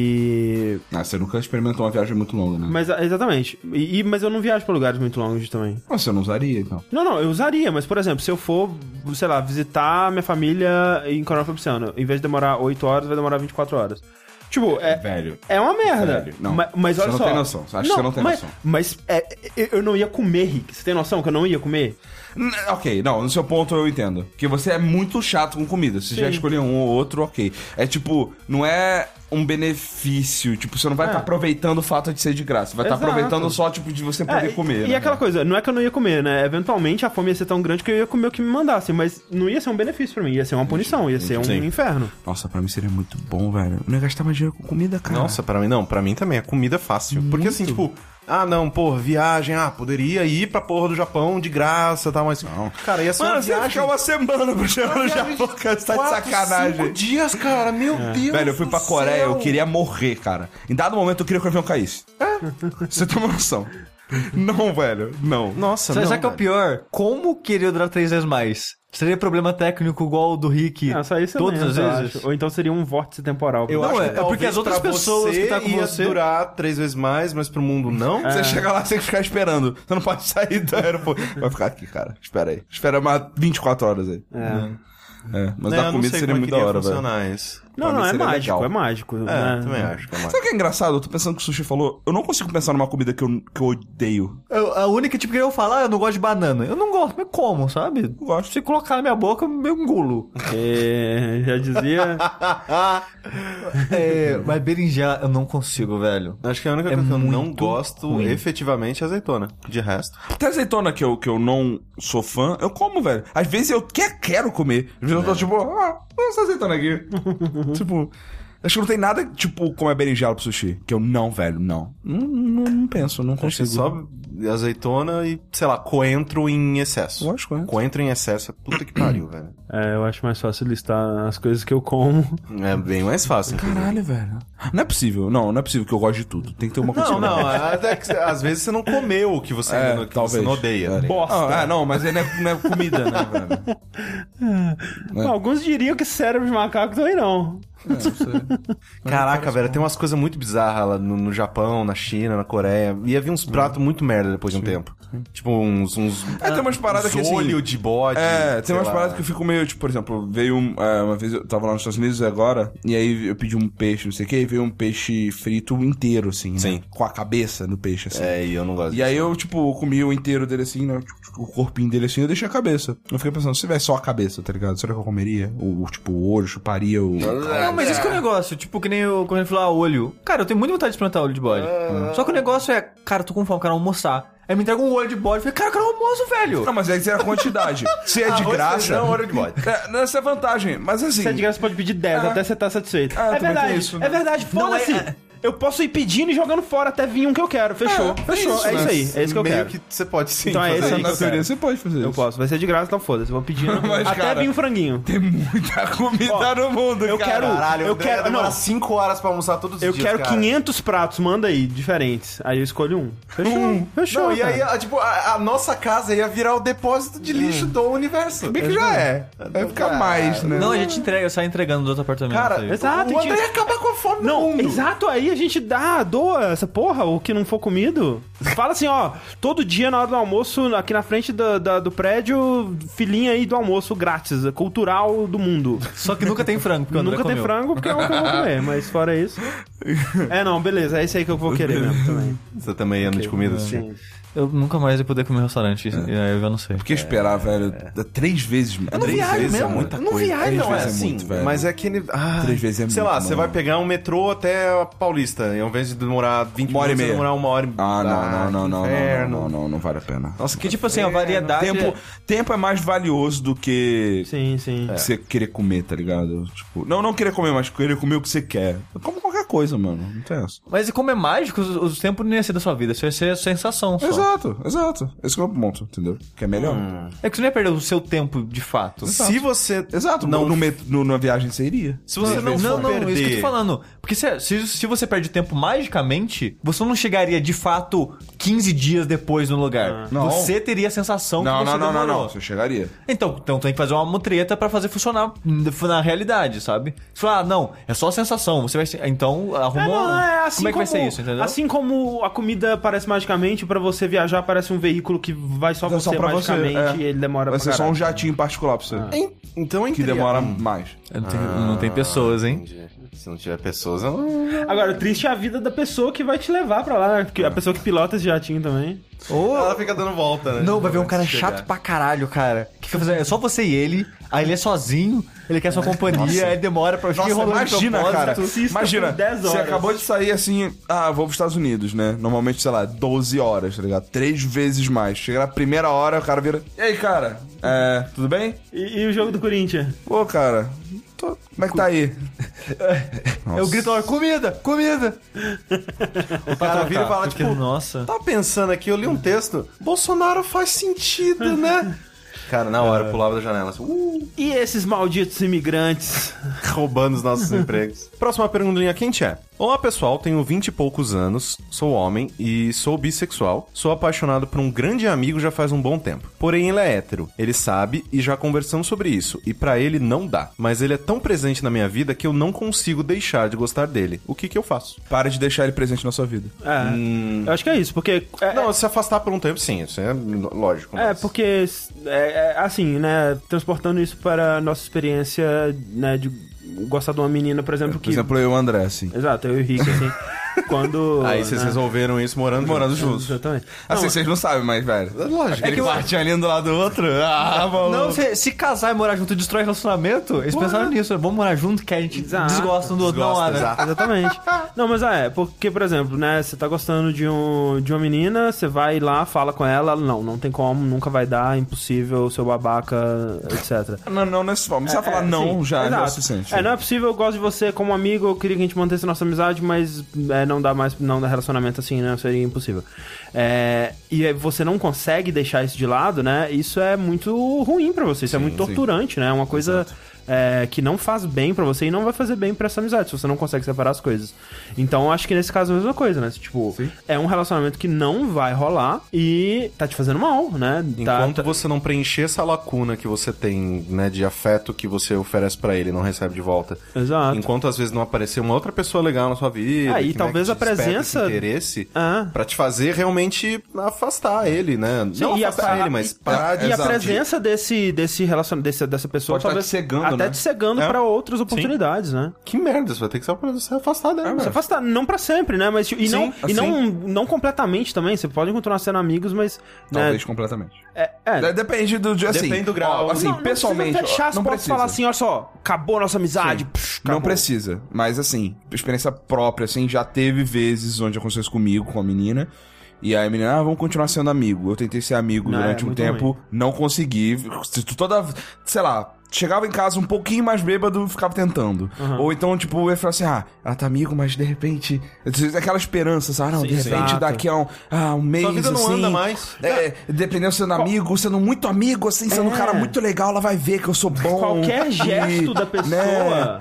e... Você nunca experimentou uma viagem muito longa, né? Mas, exatamente. Mas eu não viajo pra lugares muito longos também. Mas você não usaria, então. Não, eu usaria, mas, por exemplo, se eu for, sei lá, visitar minha família em Coronel Fabriciano, em vez de demorar 8 horas, vai demorar 24 horas. Tipo, Velho. é uma merda. Velho, não. Mas olha Você só. não tem noção. Acho que você não tem noção. Mas eu não ia comer, Rick. Você tem noção que eu não ia comer? Ok, não, no seu ponto eu entendo. Porque você é muito chato com comida. Você já escolheu um ou outro, ok. É tipo, não é um benefício. Tipo, você não vai estar aproveitando o fato de ser de graça. Você vai estar Exato. aproveitando só, tipo, de você poder comer. E né? aquela coisa, não é que eu não ia comer, né? Eventualmente a fome ia ser tão grande que eu ia comer o que me mandassem, mas não ia ser um benefício pra mim, ia ser uma punição, ia ser um inferno. Nossa, pra mim seria muito bom, velho. Eu não ia gastar mais dinheiro com comida, cara. Nossa, pra mim também é comida fácil. Porque assim, tipo, viagem, poderia ir pra porra do Japão de graça e tal, mas... Não. Cara, ia ser Mano, uma você ia viagem... ficar uma semana pra chegar no Japão, cara. Você tá de 5 sacanagem. dias, cara, meu Deus. Velho, eu fui pra do Coreia, céu. eu queria morrer, cara. Em dado momento eu queria que o avião caísse. Você tem uma noção. Não, velho, não. Nossa, Sabe não, que é o velho. pior? Como queria durar 3 vezes mais? Seria problema técnico igual o do Rick Só isso todas mesmo, as eu vezes? acho. Ou então seria um vórtice temporal. Eu Não, acho é que porque as outras pra pessoas você que tá com ia você- durar 3 vezes mais, mas pro mundo não. Você chega lá, você tem que ficar esperando. Você não pode sair do aeroporto. Vai ficar aqui, cara. Espera aí. Espera mais 24 horas aí. Mas É, da eu não comida sei seria como muito que da iria hora, velho. funcionar isso. Não, Pra mim é seria mágico, legal. é mágico. Também acho que é mágico. Sabe o que é engraçado? Eu tô pensando que o Sushi falou. Eu não consigo pensar numa comida que eu odeio. A única tipo que eu falar, eu não gosto de banana. Eu não gosto, mas como, sabe? Eu gosto. Se colocar na minha boca, eu engulo. Já dizia... Mas berinjela eu não consigo, velho. Acho que a única coisa que eu não muito gosto ruim. efetivamente é azeitona. De resto. Até azeitona que eu não sou fã, eu como, velho. Às vezes eu quero comer. Às vezes eu tô tipo, essa azeitona aqui. Tipo, acho que não tem nada, tipo, como é berinjela pro sushi. Que eu não, velho, não. Não penso, não Acho que consigo. só azeitona e, sei lá, coentro em excesso. Lógico, é. Coentro em excesso é puta que pariu, velho. eu acho mais fácil listar as coisas que eu como. É bem mais fácil. inclusive. Caralho, velho. Não é possível. Não é possível que eu goste de tudo. Tem que ter uma coisa. Até que às vezes você não comeu o que você, ainda que talvez. você não odeia. tá ligado? Bosta. Não, mas ele não é comida, né, velho? Não, alguns diriam que cérebro de macaco também não. Caraca, velho, tem umas coisas muito bizarras lá no Japão, na China, na Coreia. Ia vir uns pratos muito merda depois de um tempo. Tipo uns Tem umas paradas que assim. olho de bode. Tem sei umas lá. paradas que eu fico meio, tipo, por exemplo, veio uma vez eu tava lá nos Estados Unidos agora, e aí eu pedi um peixe, não sei o que, e veio um peixe frito inteiro, assim, Sim. né? Com a cabeça no peixe, assim. E eu não gosto E aí eu, tipo, comi o inteiro dele assim, né? O corpinho dele assim, eu deixei a cabeça. Eu fiquei pensando, se tivesse só a cabeça, tá ligado? Será que eu comeria? Tipo, o olho, chuparia o... Não, mas isso que é o negócio. Tipo, que nem quando ele falou olho. Cara, eu tenho muita vontade de experimentar olho de bode. Só que o negócio é, cara, eu tô com fome, quero almoçar. Aí me entrega um olho de bode. Eu falei, cara, eu quero almoço, velho. Não, mas aí é a quantidade. Se é de graça... Não, olho de bode. Essa é a vantagem. Mas assim... Se é de graça, você pode pedir 10 até você estar satisfeito. também tem verdade, isso, né? é verdade, foda-se. Eu posso ir pedindo e jogando fora até vir um que eu quero. Fechou. Fechou. isso, É isso né? aí. É isso que eu Meio quero. que você pode sim. Então é fazer esse isso. Na teoria você pode fazer Eu isso. posso. Vai ser de graça, então foda-se. Eu vou pedindo Mas, até cara, vir um franguinho. Tem muita comida no mundo, eu cara. quero- Caralho, Eu eu quero- quero não. 5 horas pra almoçar todos os Eu dias, quero cara. 500 pratos, manda aí, diferentes. Aí eu escolho um. Fechou. Fechou. Não, e aí, cara. tipo, a nossa casa ia virar o depósito de lixo do universo. Bem que já é. Vai ficar mais, né? Não, a gente entrega, eu saio entregando do outro apartamento. Cara, aí. Exato, o André gente. ia acabar com a fome no Não, mundo. exato, aí a gente doa essa porra, o que não for comido. Fala assim, ó, todo dia na hora do almoço, aqui na frente do prédio, filinha aí do almoço grátis, cultural do mundo. Só que nunca tem frango, porque o André Nunca tem comeu. frango, porque é o que eu vou comer, mas fora isso... não, beleza, é esse aí que eu vou querer mesmo também. Você também anda de comida? Sim. Eu nunca mais ia poder comer no restaurante, eu já não sei. Porque esperar, velho, 3 vezes. Eu não viajo mesmo. É muita Eu não coisa. viajo, 3 não é vezes assim. muito, velho. Mas é aquele... 3 vezes é sei muito, lá, você mano. vai pegar um metrô até a Paulista, e ao invés de demorar 20 Uma hora e minutos, você meia. demorar 1 hora e... Não vale a pena. Nossa, Que tipo assim, a variedade... Tempo é mais valioso do que Sim. você querer comer, tá ligado? Tipo, não querer comer, mas querer comer o que você quer. Como qualquer coisa, mano. Não tem essa. Mas e como é mágico, os tempos não ia ser da sua vida, isso ia ser a sensação só. Exato. Esse é o ponto, entendeu? Que é melhor. É que você não ia perder o seu tempo de fato. se você... Exato. Numa viagem você iria. Se você não Não, for não, perder... isso que eu tô falando. Porque se você perde tempo magicamente, você não chegaria de fato 15 dias depois no lugar. Não. Você teria a sensação que você demorou. Não. Você chegaria. Então tem que fazer uma mutreta pra fazer funcionar na realidade, sabe? Você fala, não, é só a sensação. Você vai... Então, arruma... Assim como é que vai ser isso, entendeu? Assim como a comida aparece magicamente, pra você viajar parece um veículo que vai só Então, você só pra você, magicamente e ele demora Vai pra ser só um caralho. jatinho particular pra você. Então, Que demora mais. Não tem pessoas, hein? Entendi. Se não tiver pessoas, eu não... Agora, o triste é a vida da pessoa que vai te levar pra lá, né? Porque a pessoa que pilota esse jatinho também. Ela fica dando volta, né? Não, vai ver um cara Antes de chegar. chato pra caralho, cara. Que fica fazendo... É só você e ele, aí ele é sozinho, ele quer sua companhia, aí demora pra ficar Nossa, enrolando de imagina, cara. propósito. Taxista Imagina, por 10 você horas. acabou de sair assim, vou pros Estados Unidos, né? Normalmente, sei lá, 12 horas, tá ligado? 3 vezes mais. Chega na primeira hora, o cara vira, e aí, cara? Tudo bem? E o jogo do Corinthians? Pô, cara, como é que tá aí? Eu grito lá, comida! O cara vira e fala, porque, tipo... nossa... Tava pensando aqui, eu li um texto. Bolsonaro faz sentido, né? Cara, na hora, pulava da janela assim, E esses malditos imigrantes? roubando os nossos empregos. Próxima perguntinha quente é: olá pessoal, tenho 20 e poucos anos, sou homem e sou bissexual. Sou apaixonado por um grande amigo já faz um bom tempo. Porém ele é hétero, ele sabe e já conversamos sobre isso. E pra ele não dá. Mas ele é tão presente na minha vida que eu não consigo deixar de gostar dele. O que eu faço? Para de deixar ele presente na sua vida. Eu acho que é isso, porque... Não, se afastar por um tempo, sim, isso é lógico. mas- porque, assim, né, transportando isso para a nossa experiência, né, de gostar de uma menina, por exemplo, Por exemplo, eu e o André, assim. Exato, eu e o Rick, assim, quando... Aí vocês né, resolveram isso morando juntos. Exatamente. Assim, Não, vocês não sabem, mas, velho. Lógico. Aquele quartinho ali um do lado do outro. Mano. Não, se casar e morar junto destrói relacionamento, eles pensaram nisso. Vamos morar junto que a gente Exato. desgosta um do outro na Desgosta, hora. exato. Exatamente. Não, mas porque, por exemplo, né, você tá gostando de uma menina, você vai lá, fala com ela, não tem como, nunca vai dar, impossível, seu babaca, etc. Não nessa forma. Você vai falar não, sim, já exato. é suficiente. Não é possível, eu gosto de você como amigo, eu queria que a gente mantesse nossa amizade, mas não dá mais, não dá relacionamento assim, né, seria impossível. E aí você não consegue deixar isso de lado, né, isso é muito ruim pra você, isso é muito torturante, né, é uma coisa... que não faz bem pra você e não vai fazer bem pra essa amizade, se você não consegue separar as coisas. Então, eu acho que nesse caso é a mesma coisa, né? Tipo, é um relacionamento que não vai rolar e tá te fazendo mal, né? Enquanto você não preencher essa lacuna que você tem, né, de afeto que você oferece pra ele e não recebe de volta. Exato. Enquanto às vezes não aparecer uma outra pessoa legal na sua vida. E que, talvez que a te desperta presença... esse interesse Ah. pra te fazer realmente afastar ele, né? Sim, não e afastar ele, mas parar de... E a exato. presença desse relacionamento, dessa pessoa Pode tá talvez te cegando, até né? te cegando pra outras oportunidades, né? Que merda, você vai ter que se afastar dela. Se afastar, não pra sempre, né? Mas, e Sim, e não completamente também. Você pode continuar sendo amigos, mas... Talvez completamente. Né, Depende do dia, assim. Depende do grau. Ó, assim, não pessoalmente. precisa fechar as não portas e falar assim, olha só, acabou a nossa amizade. Não acabou. precisa. Mas assim, experiência própria, assim, já teve vezes onde aconteceu isso comigo, com a menina. E aí a menina, vamos continuar sendo amigo. Eu tentei ser amigo Não, durante é um muito tempo, ruim. não consegui. Toda, sei lá, chegava em casa um pouquinho mais bêbado, ficava tentando. Ou então, tipo, eu ia falar assim, ela tá amigo, mas de repente... Aquela esperança, sabe? Não, de repente, exato. daqui a um mês, Sua vida não assim, anda mais. dependendo sendo amigo, sendo muito amigo, assim, sendo um cara muito legal, ela vai ver que eu sou bom. Qualquer e, gesto da pessoa... né?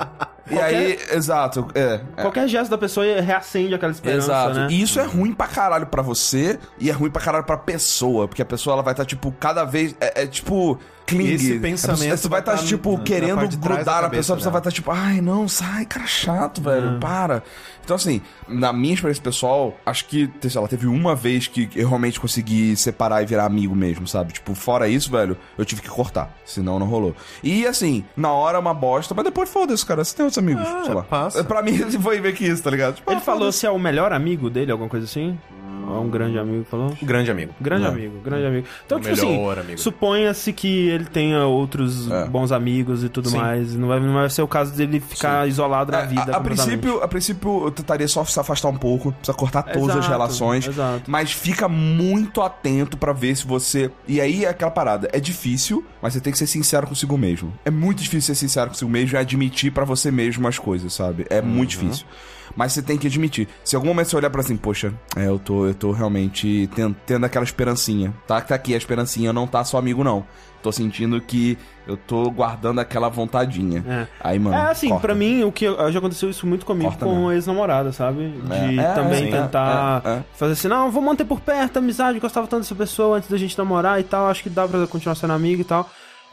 E aí, exato, Qualquer gesto da pessoa reacende aquela esperança, exato. né? E isso é ruim pra caralho pra você e é ruim pra caralho pra pessoa, porque a pessoa ela vai estar, tipo, cada vez... tipo... Clingy. Esse pensamento você vai estar, tipo, querendo parte de trás grudar da na pessoa, cabeça você vai estar, tipo, ai, não, sai, cara chato, velho, para. Então, assim, na minha experiência pessoal, acho que, sei lá, teve uma vez que eu realmente consegui separar e virar amigo mesmo, sabe? Tipo, fora isso, velho, eu tive que cortar, senão não rolou. E, assim, na hora é uma bosta, mas depois foda-se, cara, você tem outros amigos, sei lá. passa. Pra mim, foi ver que isso, tá ligado? Tipo, Ele falou se é o melhor amigo dele, alguma coisa assim? Ou é um grande amigo, falou? Grande amigo. Grande amigo. Então, O tipo assim, melhor amigo. suponha-se que ele tenha outros bons amigos e tudo Sim. mais. Não vai ser o caso dele ficar isolado da vida. A princípio, eu tentaria só se afastar um pouco, precisa cortar todas as Exato, relações. exato. Mas fica muito atento pra ver se você... E aí é aquela parada, é difícil, mas você tem que ser sincero consigo mesmo. É muito difícil ser sincero consigo mesmo e admitir pra você mesmo as coisas, sabe? É muito difícil. Mas você tem que admitir. Se em algum momento você olhar pra assim, poxa, eu tô realmente tendo aquela esperancinha. Tá aqui a esperancinha, não tá só amigo, não. Tô sentindo que eu tô guardando aquela vontadinha. Aí, mano, assim, corta. pra mim, já aconteceu isso muito comigo Corta com mesmo. ex-namorada, sabe? De também sim. tentar fazer assim, não, vou manter por perto a amizade, eu gostava tanto dessa pessoa antes da gente namorar e tal, acho que dá pra continuar sendo amigo e tal.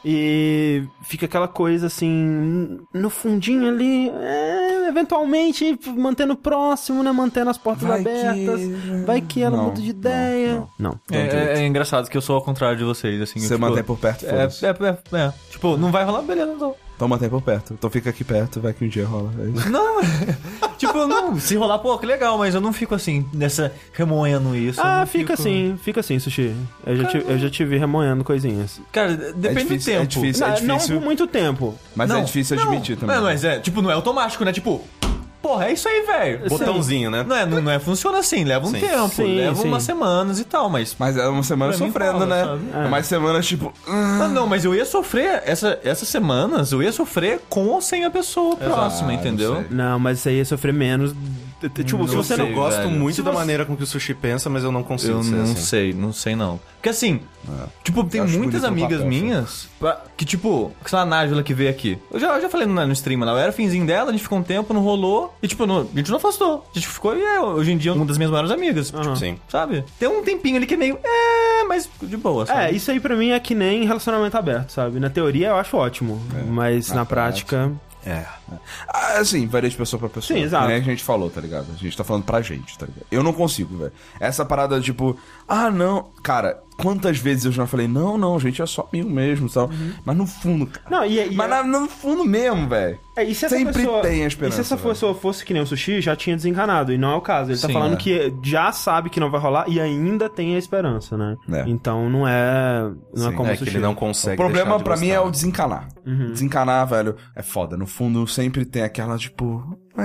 E fica aquela coisa assim, no fundinho ali, eventualmente mantendo próximo, né? Mantendo as portas abertas. Vai que ela muda de ideia. Não. É engraçado que eu sou ao contrário de vocês, assim. Você mantém por perto, foda-se. Tipo, não vai rolar, beleza, não. Então mantém por perto. Então fica aqui perto, vai que um dia rola. É isso. Não, tipo, não, se rolar, pô, que legal, mas eu não fico assim, remoendo isso. eu não Fica assim, Sushi. Eu já te vi remoendo coisinhas. Cara, depende do tempo. É difícil, Não por muito tempo. Mas é difícil admitir também. Não, mas tipo, não é automático, né? Tipo, porra, é isso aí, velho. Botãozinho, né? Não é, funciona assim, leva um tempo, Sim, leva sim. umas semanas e tal, mas... Mas é uma semana Pra mim sofrendo, rola, né? sabe? É mais semanas, tipo... Não, mas eu ia sofrer, essas semanas, eu ia sofrer com ou sem a pessoa próxima, entendeu? não sei. Não, mas isso aí ia sofrer menos. Tipo, se Eu você sei, não eu gosto velho. muito Se da você- maneira com que o Sushi pensa, mas eu não consigo Eu ser não assim. não sei não. Porque assim, tipo, tem Eu acho muitas bonito o amigas papel, minhas que, tipo, que são a Nájula que veio aqui. Eu já falei no stream, ela era finzinho dela, a gente ficou um tempo, não rolou. E, tipo, a gente não afastou. A gente ficou e hoje em dia é uma das minhas maiores amigas. Tipo, Sim. sabe? Tem um tempinho ali que é meio. Mas de boa, sabe? isso aí pra mim é que nem relacionamento aberto, sabe? Na teoria eu acho ótimo, mas na prática... Assim, varia de pessoa pra pessoa. Sim, exato. Que nem a gente falou, tá ligado? A gente tá falando pra gente, tá ligado? Eu não consigo, velho. Essa parada, tipo... não... Cara, quantas vezes eu já falei... Não, gente, é só amigo mesmo, tal. Mas no fundo, cara... Não, Mas no fundo mesmo, velho. E se essa Sempre pessoa, tem a esperança, E se essa pessoa fosse que nem o Sushi, já tinha desencanado. E não é o caso. Ele tá Sim, falando que já sabe que não vai rolar e ainda tem a esperança, né? Então não é como o É Sushi. que ele não consegue O problema deixar de pra mim gostar. é o desencanar. Desencanar, velho, é foda. No fundo, sempre tem aquela, tipo...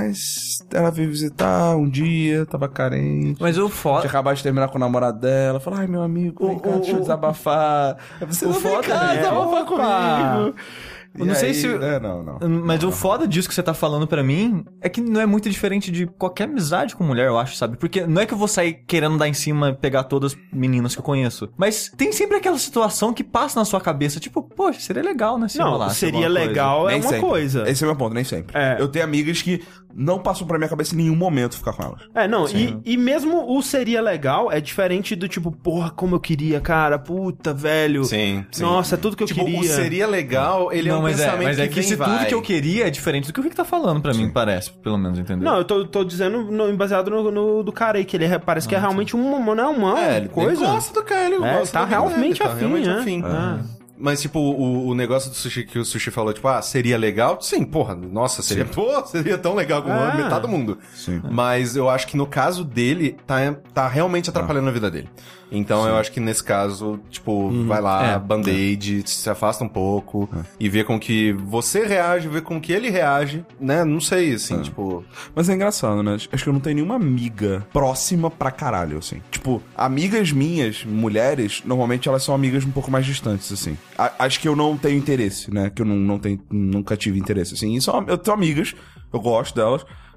Mas ela veio visitar um dia, tava carente. Mas o Tinha foda. acabado de terminar com o namorado dela. Falou, ai, meu amigo, vem cá, deixa eu desabafar. Aí você não vem cá, desabafa comigo. Eu não sei se- Não. Mas o foda disso que você tá falando pra mim é que não é muito diferente de qualquer amizade com mulher, eu acho, sabe? Porque não é que eu vou sair querendo dar em cima e pegar todas as meninas que eu conheço. Mas tem sempre aquela situação que passa na sua cabeça, tipo, poxa, seria legal, né? Se Não, rolasse seria alguma coisa. legal é Nem uma sempre. coisa. Esse é o meu ponto, nem sempre. É. Eu tenho amigas que não passam pra minha cabeça em nenhum momento ficar com elas. E mesmo o seria legal é diferente do tipo, porra, como eu queria, cara, puta, velho. Sim. Nossa, é tudo que eu Tipo, queria. o seria legal, ele é um pensamento mas é que vem se e vai. tudo que eu queria é diferente do que o Rick tá falando pra mim, parece, pelo menos, entendeu? Não, eu tô dizendo baseado no do cara aí, que ele parece que é realmente uma Ele coisa. gosta do cara, ele gosta tá do cara, realmente ele tá afim, realmente né? afim. É. Mas, tipo, o negócio do Sushi que o Sushi falou, tipo, seria legal? Sim, porra, nossa, seria tão legal como metade do mundo. Sim. Mas eu acho que no caso dele, tá realmente atrapalhando a vida dele. Então eu acho que nesse caso, tipo, vai lá, band-aid, se afasta um pouco e vê com que você reage, vê com que ele reage, né? Não sei, assim, tipo... Mas é engraçado, né? Acho que eu não tenho nenhuma amiga próxima pra caralho, assim. Tipo, amigas minhas, mulheres, normalmente elas são amigas um pouco mais distantes, assim. Acho que eu não tenho interesse, né? Que eu nunca tive interesse, assim. Eu tenho amigas, eu gosto delas,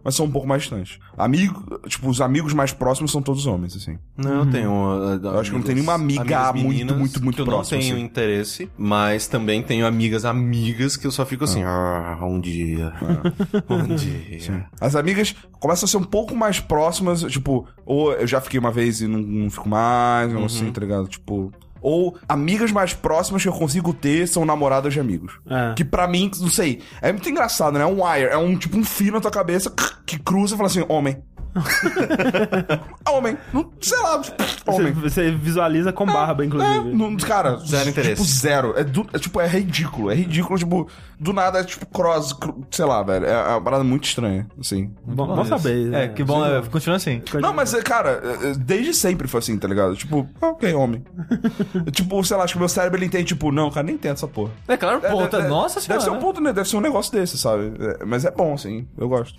mas são um pouco mais distantes. Tipo, os amigos mais próximos são todos homens, assim. Não, eu tenho... Eu acho que não tem nenhuma amiga muito que eu próxima. não tenho assim. interesse, mas também tenho amigas que eu só fico assim, um dia. Um dia. Sim. As amigas começam a ser um pouco mais próximas, tipo, ou eu já fiquei uma vez e não fico mais, ou assim, tá ligado? Tipo... Ou amigas mais próximas que eu consigo ter são namoradas de amigos. Que pra mim, não sei, é muito engraçado, né? É um wire, é um tipo um fio na tua cabeça que cruza e fala assim, homem. Homem. Não, sei lá, homem. Você visualiza com barba, inclusive. Cara, Zero interesse. Tipo, zero. É ridículo. É ridículo, tipo, do nada é tipo sei lá, velho. É uma parada muito estranha, assim. Bom saber. É, que bom, continua assim. Não, mas, cara, desde sempre foi assim, tá ligado? Tipo, ok, homem. Tipo, sei lá, acho que meu cérebro ele entende, tipo, não, cara, nem entendo essa porra. É claro, ponta. Nossa Deve ser senhora. um ponto, né? Deve ser um negócio desse, sabe? Mas é bom, assim. Eu gosto.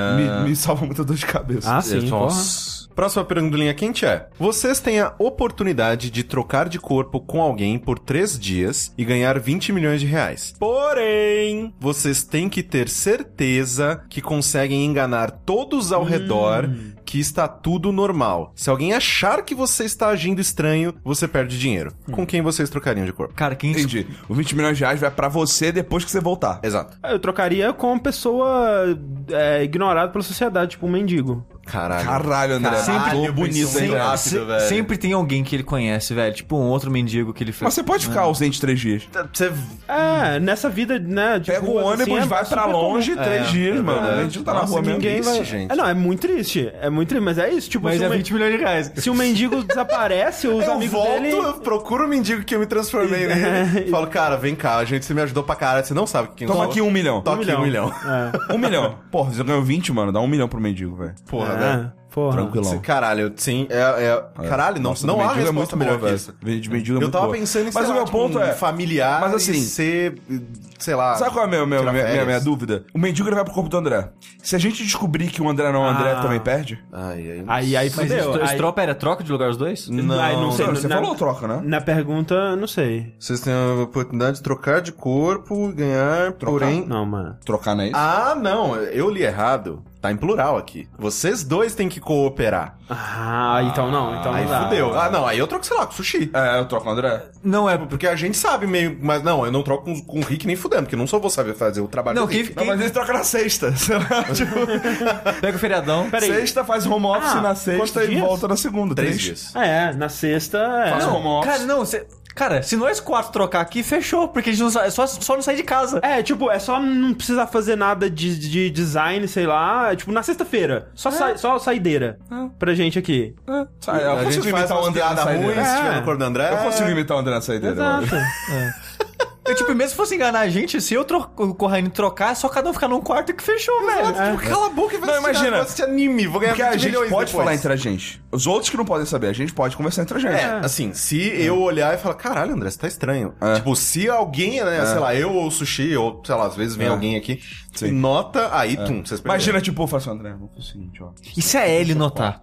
Me salva muita dor de cabeça. Ah, sim, Nossa. Próxima pergunta do Linha Quente é: vocês têm a oportunidade de trocar de corpo com alguém por 3 dias e ganhar 20 milhões de reais. Porém, vocês têm que ter certeza que conseguem enganar todos ao redor que está tudo normal. Se alguém achar que você está agindo estranho, você perde dinheiro. Com quem vocês trocariam de corpo? Cara, quem... Entendi. Os 20 milhões de reais vai pra você depois que você voltar. Exato. Eu trocaria com uma pessoa ignorada pela sociedade, tipo um mendigo. Caralho, André. Sempre bonito, hein? Rápido, velho. Sempre tem alguém que ele conhece, velho. Tipo um outro mendigo que ele fez. Mas você pode ficar ausente 3 dias. Você... Nessa vida, né? De Pega o ruas, ônibus, assim, vai pra super longe comum. 3 dias, mano. A gente não tá na Nossa, rua mesmo. Ninguém vai... gente. Não, é muito triste. É muito triste, mas é isso. Tipo, Mas se é o 20 milhões de reais. Se o mendigo desaparece, os Eu amigos volto, dele... eu procuro o mendigo que eu me transformei nele. Falo, cara, vem cá, você me ajudou pra caralho, você não sabe quem eu Toma sou. aqui 1 milhão. Toma aqui 1 milhão. 1 milhão. Porra, você ganhou 20, mano. Dá 1 milhão pro mendigo, velho. Porra, velho. Porra. Tranquilão. Caralho, sim, caralho, Nossa, não há mendigo resposta é muito melhor boa, que isso. velho. De mendigo é Eu muito tava boa. pensando em, Mas sei o lá, meu tipo, ponto é... familiar Mas assim... e ser, sei lá... Sabe qual é a tirar férias. minha dúvida? O mendigo ele vai pro corpo do André. Se a gente descobrir que o André não é o André, também perde? Aí, Aí Mas fudeu. esse troca era troca de lugar os dois? Não sei. Você falou troca, né? Na pergunta, não sei. Vocês têm a oportunidade de trocar de corpo, ganhar, porém... Não, mano. Trocar não é isso? Ah, não, eu li errado. Tá em plural aqui. Vocês dois têm que cooperar. Então não. Então Aí não dá. fudeu. Ah, não, aí eu troco, sei lá, com sushi. É, eu troco com o André. Não é... Porque a gente sabe meio... Mas não, eu não troco com o Rick nem fudendo, porque eu não só vou saber fazer o trabalho Não, do Rick. Não, mas ele troca na sexta. Sei lá, tipo... Pega o feriadão. Peraí. Sexta faz home office na sexta quantos e dias? volta na segunda. 3 dias. Na sexta... Faz Não, home office. cara, não, Cara, se nós 4 trocar aqui, fechou, porque a gente não só não sai de casa. É, tipo, é só não precisar fazer nada de design, sei lá. Tipo, na sexta-feira. Só saideira. Pra gente aqui. Eu A consigo gente faz imitar o umas André na piadas ruins, saideira. se tiver no corpo do André. Eu consigo imitar o André na saideira. eu Exato. acho. Eu, tipo, mesmo se fosse enganar a gente, se eu o Corraine trocar, é só cada um ficar num quarto que fechou, velho. Cala a boca e vai Não, assistir, imagina. vai assistir anime, vou ganhar Porque a 20 gente milhões pode depois. falar entre a gente. Os outros que não podem saber, a gente pode conversar entre a gente. Assim, se eu olhar e falar, caralho, André, você tá estranho. Tipo, se alguém, né, sei lá, eu ou o Sushi, ou, sei lá, às vezes vem alguém aqui, Sim. nota, aí, vocês perderam. Imagina, tipo, eu faço, André, vou fazer o seguinte, ó. E se a Ellie notar?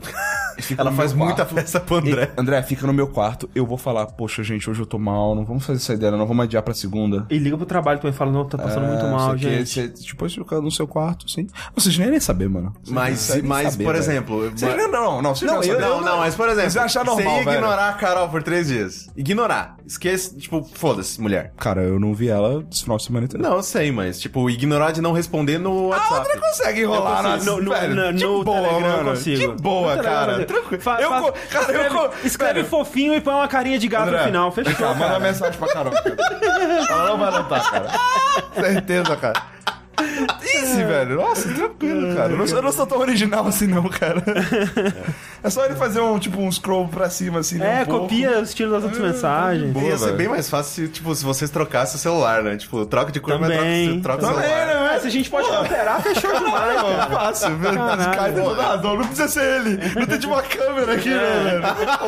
Ela faz meu muita quarto. festa pro André. André, fica no meu quarto, eu vou falar, poxa, gente, hoje eu tô mal, não vamos fazer essa ideia, não vamos adiar pra segunda. E liga pro trabalho também e fala, não, tá passando muito mal, gente. Tipo, você fica no seu quarto, assim. Vocês nem sabem, mano. Mas, por exemplo... Não, vocês não sabem. Não, mas por exemplo, Você achar normal, você ia velho. ignorar a Carol por 3 dias. Ignorar. Esquece, tipo, foda-se, mulher. Cara, eu não vi ela esse final de semana inteiro. Não, eu sei, mas, tipo, ignorar de não responder no A WhatsApp. outra consegue enrolar Eu consigo. de No boa, Telegram eu mano. consigo. De boa, No Telegram cara. eu consigo. Tranquilo. Escreve velho, fofinho e põe uma carinha de gato André, no final. Fechou, vem cá, manda cara. mensagem pra Carol. Cara. Ela não vai notar, cara. Certeza, cara. Easy, velho. Nossa, tranquilo, cara. Eu não sou tão original assim, não, cara. É só ele fazer um scroll pra cima, assim, né? Um pouco. Copia o estilo das outras mensagens. boa. Ia ser velho. bem mais fácil se, tipo, se vocês trocassem o celular, né? Tipo, troca de cor, mas Também. troca o Também, celular. né? Se a gente pode cooperar, fechou demais, cara. Fácil, velho. Caralho. Esse cara tem toda a razão. Não precisa ser ele. Não tem de uma câmera aqui, né,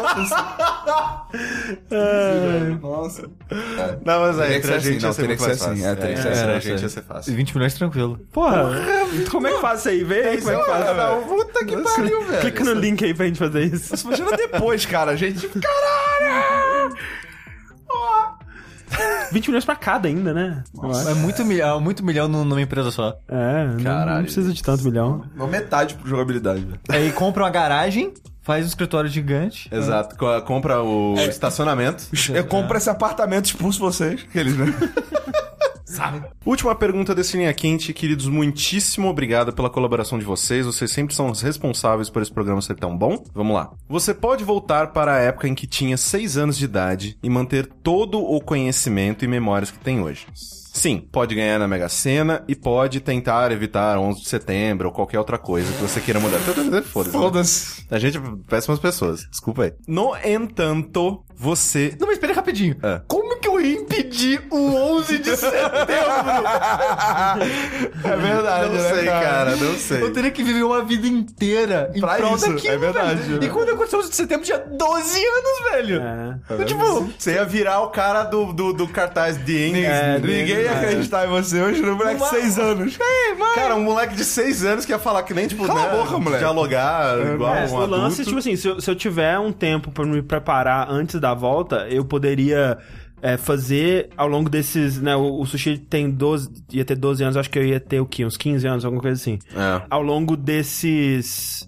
velho? Nossa. Não, mas Teria aí, que entre a ser gente assim, ia não, ser teria muito que ser mais assim. fácil. Teria que ser Entre a assim. gente ia ser fácil. 20 milhões tranquilo. Porra, como é que faz isso aí? Vê aí como é que faz. Não, puta que pariu, velho. Clica no link aí pra gente fazer isso. Mas imagina depois, cara. A gente, tipo, caralho! 20 milhões pra cada ainda, né? É muito milhão numa empresa só. Não precisa de tanto milhão. Uma metade por jogabilidade, velho. Aí compra uma garagem, faz um escritório gigante. Exato. Compra o estacionamento. Eu compro esse apartamento, expulso vocês. Aqueles, né? Última pergunta desse Linha Quente, queridos, muitíssimo obrigado pela colaboração de vocês. Vocês sempre são os responsáveis por esse programa ser tão bom. Vamos lá. Você pode voltar para a época em que tinha 6 anos de idade e manter todo o conhecimento e memórias que tem hoje. Sim, pode ganhar na Mega Sena e pode tentar evitar 11 de setembro ou qualquer outra coisa que você queira mudar. Foda-se. Foda-se. A gente é péssimas pessoas. Desculpa aí. No entanto, você... Não, mas espera rapidinho. Como que eu ia impedir o 11 de setembro? É verdade, Não sei, cara. Não sei. Eu teria que viver uma vida inteira em Pra prol isso, daquilo, é verdade, velho. né? E quando aconteceu o 11 de setembro, tinha 12 anos, velho. Tipo... Você ia virar o cara do cartaz de Ninguém ia acreditar em você hoje, no moleque de 6 anos. Cara, um moleque de 6 anos que ia falar que nem, tipo, Cala a boca, moleque. dialogar igual um O lance, adulto. tipo assim, se eu tiver um tempo pra me preparar antes da volta, eu poderia fazer ao longo desses, né, o Sushi ia ter 12 anos, acho que eu ia ter o quê? Uns 15 anos, alguma coisa assim. Ao longo desses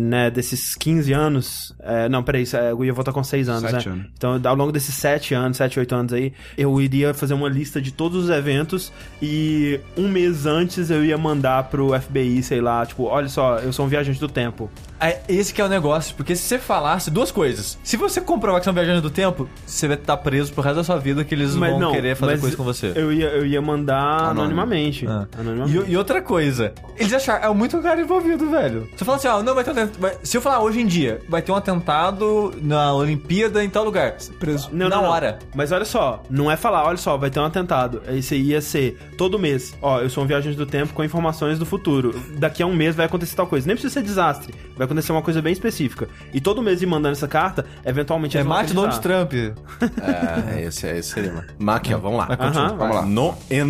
15 anos... não, peraí, eu ia voltar com 6 anos, 7 né? anos. Então, ao longo desses 7, 8 anos aí, eu iria fazer uma lista de todos os eventos e um mês antes eu ia mandar pro FBI, sei lá, tipo, olha só, eu sou um viajante do tempo. Esse que é o negócio, porque se você falasse duas coisas. Se você comprovar que você é um viajante do tempo, você vai estar preso pro resto da sua vida, que eles vão querer fazer coisa com você. Eu ia mandar anonimamente. E outra coisa, eles acharam, é muito cara envolvido, velho. Você fala assim, não vai ter um atentado. Se eu falar hoje em dia, vai ter um atentado na Olimpíada em tal lugar. Preso. Na hora. Mas olha só, não é falar, olha só, vai ter um atentado. Isso ia ser todo mês. Ó, eu sou um viajante do tempo com informações do futuro. Daqui a um mês vai acontecer tal coisa. Nem precisa ser desastre. Vai acontecer uma coisa bem específica. E todo mês ir mandando essa carta, eventualmente... mate Donald Trump. Esse seria, mano. Máquia, vamos lá. Vamos lá. No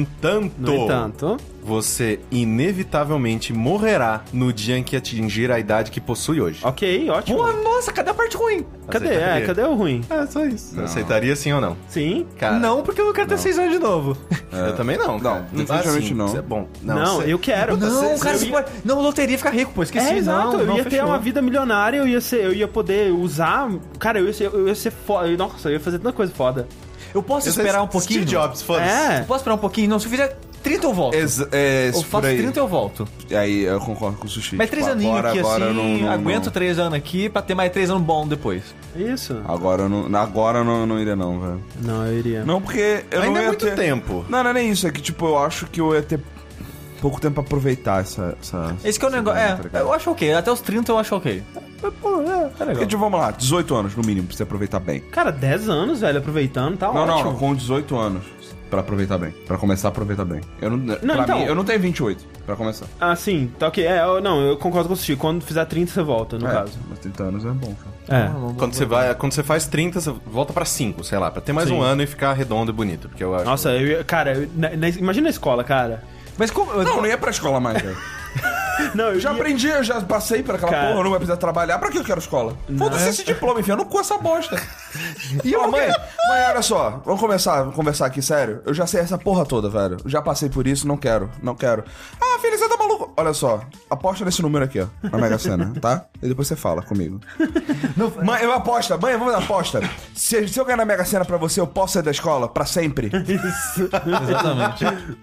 entanto... Você inevitavelmente morrerá no dia em que atingir a idade que possui hoje. Ok, ótimo. Pô, nossa, cadê a parte ruim? Cadê o ruim? Só isso. Aceitaria sim ou não? Sim. Cara, não, porque eu não quero ter 6 anos de novo. Eu também não. Não, definitivamente não. Isso é bom. Não, eu quero. Não, cara, você pode... Não, loteria fica rico, pô, esqueci. Exato, eu ia ter fechou. uma vida milionária, eu ia poder usar... Cara, eu ia ser foda. Nossa, eu ia fazer tanta coisa foda. Eu posso esperar um pouquinho? Steve Jobs, foda-se. Eu posso esperar um pouquinho? Não, se eu fizer 30 eu volto. Eu faço 30 eu volto. Aí eu concordo com o Sushi. Mas 3 aninhos aqui, agora assim, não, aguento 3 anos aqui pra ter mais 3 anos bom depois. Isso. Agora eu não iria não, velho. Não, eu iria. Não, porque eu Ainda não ia é muito ter... tempo. Não é nem isso, é que tipo, eu acho que eu ia ter pouco tempo pra aproveitar essa Esse que é o negócio. Eu acho ok. Até os 30 eu acho ok. Pô, é legal. Porque, tipo, vamos lá, 18 anos no mínimo pra você aproveitar bem. Cara, 10 anos, velho, aproveitando, tá ótimo. Não, com 18 anos pra aproveitar bem. Pra começar a aproveitar bem. Eu então... mim, eu não tenho 28 pra começar. Ah, sim, tá ok. Eu concordo com o Sushi. Quando fizer 30, você volta, no caso. Mas 30 anos é bom, cara. Quando você faz 30, você volta pra 5, sei lá, pra ter mais um ano e ficar redondo e bonito. Porque eu acho... Nossa, imagina a escola, cara. Mas como... Não ia pra escola mais, velho. Não, Eu já aprendi, eu já passei por aquela porra, eu não vou precisar trabalhar. Pra que eu quero escola? Foda-se esse diploma, enfia no cu essa bosta. E eu, mãe, olha só, vamos conversar aqui, sério. Eu já sei essa porra toda, velho. Eu já passei por isso, não quero. Ah, filho, você tá maluco? Olha só, aposta nesse número aqui, ó, na Mega Sena, tá? E depois você fala comigo. Mãe, vamos dar aposta. Se eu ganhar na Mega Sena pra você, eu posso sair da escola pra sempre? Isso. Exatamente.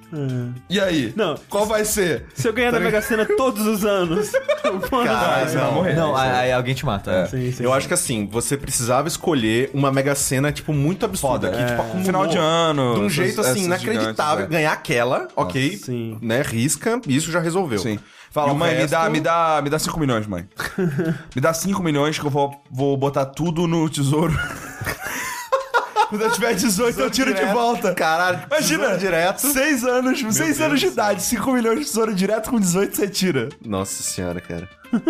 E aí? Não. Qual vai ser? Se eu ganhar na Mega Sena todos os anos. Caralho, não. morrer. Não, aí alguém te mata. Sim, Eu acho que assim, você precisava escolher uma Mega Sena, tipo, muito absurda. Que, tipo, acumulou Final de ano. de um jeito, assim, essas inacreditável. gigantes, Ganhar aquela, ok, sim. né, risca, isso já resolveu. Sim. Fala, E o mãe, resto- me dá 5 milhões, mãe. Me dá 5 milhões que eu vou botar tudo no tesouro. Quando eu tiver 18, eu tiro de volta. Caralho, Imagina, tesouro direto. 6 anos de idade, 5 milhões de tesouro direto, com 18 você tira. Nossa senhora, cara.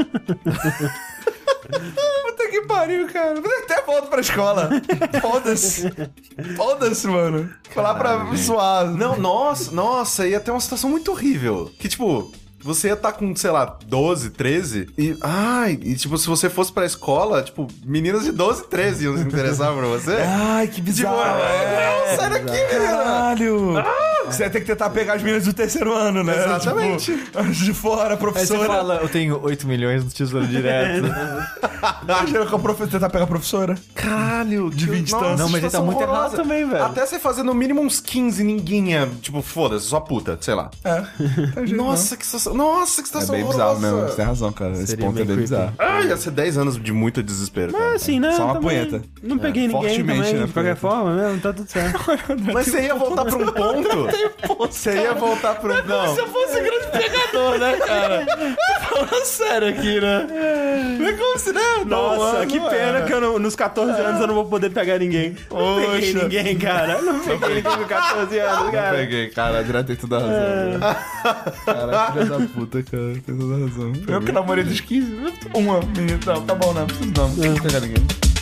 Puta que pariu, cara. Mas até volto pra escola. Foda-se, mano. Foi lá pra suar. Não, nossa, ia ter uma situação muito horrível. Que, tipo, você ia estar com, sei lá, 12, 13 e... Ai, e tipo, se você fosse pra escola, tipo, meninas de 12, 13 iam se interessar por você. Ai, que bizarro. Não, sai daqui, menina. Caralho. Você ia ter que tentar pegar as meninas do terceiro ano, né? Exatamente. Tipo, de fora, Aí você professora. fala, eu tenho 8 milhões no tesouro direto. Imagina com a professora, tentar pegar a professora. Caralho, De 20 nossa, tantos. Não, mas ele tá situação muito errado horrorosa. também, velho. Até você fazer no mínimo uns 15, ninguém ia, tipo, foda-se, só puta, sei lá. Nossa, que situação, É situação bem bizarro horrorosa. mesmo, você tem razão, cara. Esse Seria ponto é meio bem creepy. bizarro. Ah, ia ser 10 anos de muito desespero, cara. Assim, né? Só uma também punheta. Não peguei ninguém fortemente, também, né, de qualquer punheta. forma mesmo, tá tudo certo. Mas você ia voltar pra um ponto? Você ia voltar pra um... Não. Se eu fosse grande pegador, né, cara? Falando sério aqui, né? Não é como se, né? Nossa, que pena que nos 14 anos eu não vou poder pegar ninguém. Não peguei ninguém, cara. Não peguei ninguém com 14 anos, cara. Peguei, cara, a Adriana tem toda a razão. Cara, filha da puta, cara, tem toda a razão. Eu que namorei dos 15, uma menina, não, tá bom, não, preciso não pegar ninguém.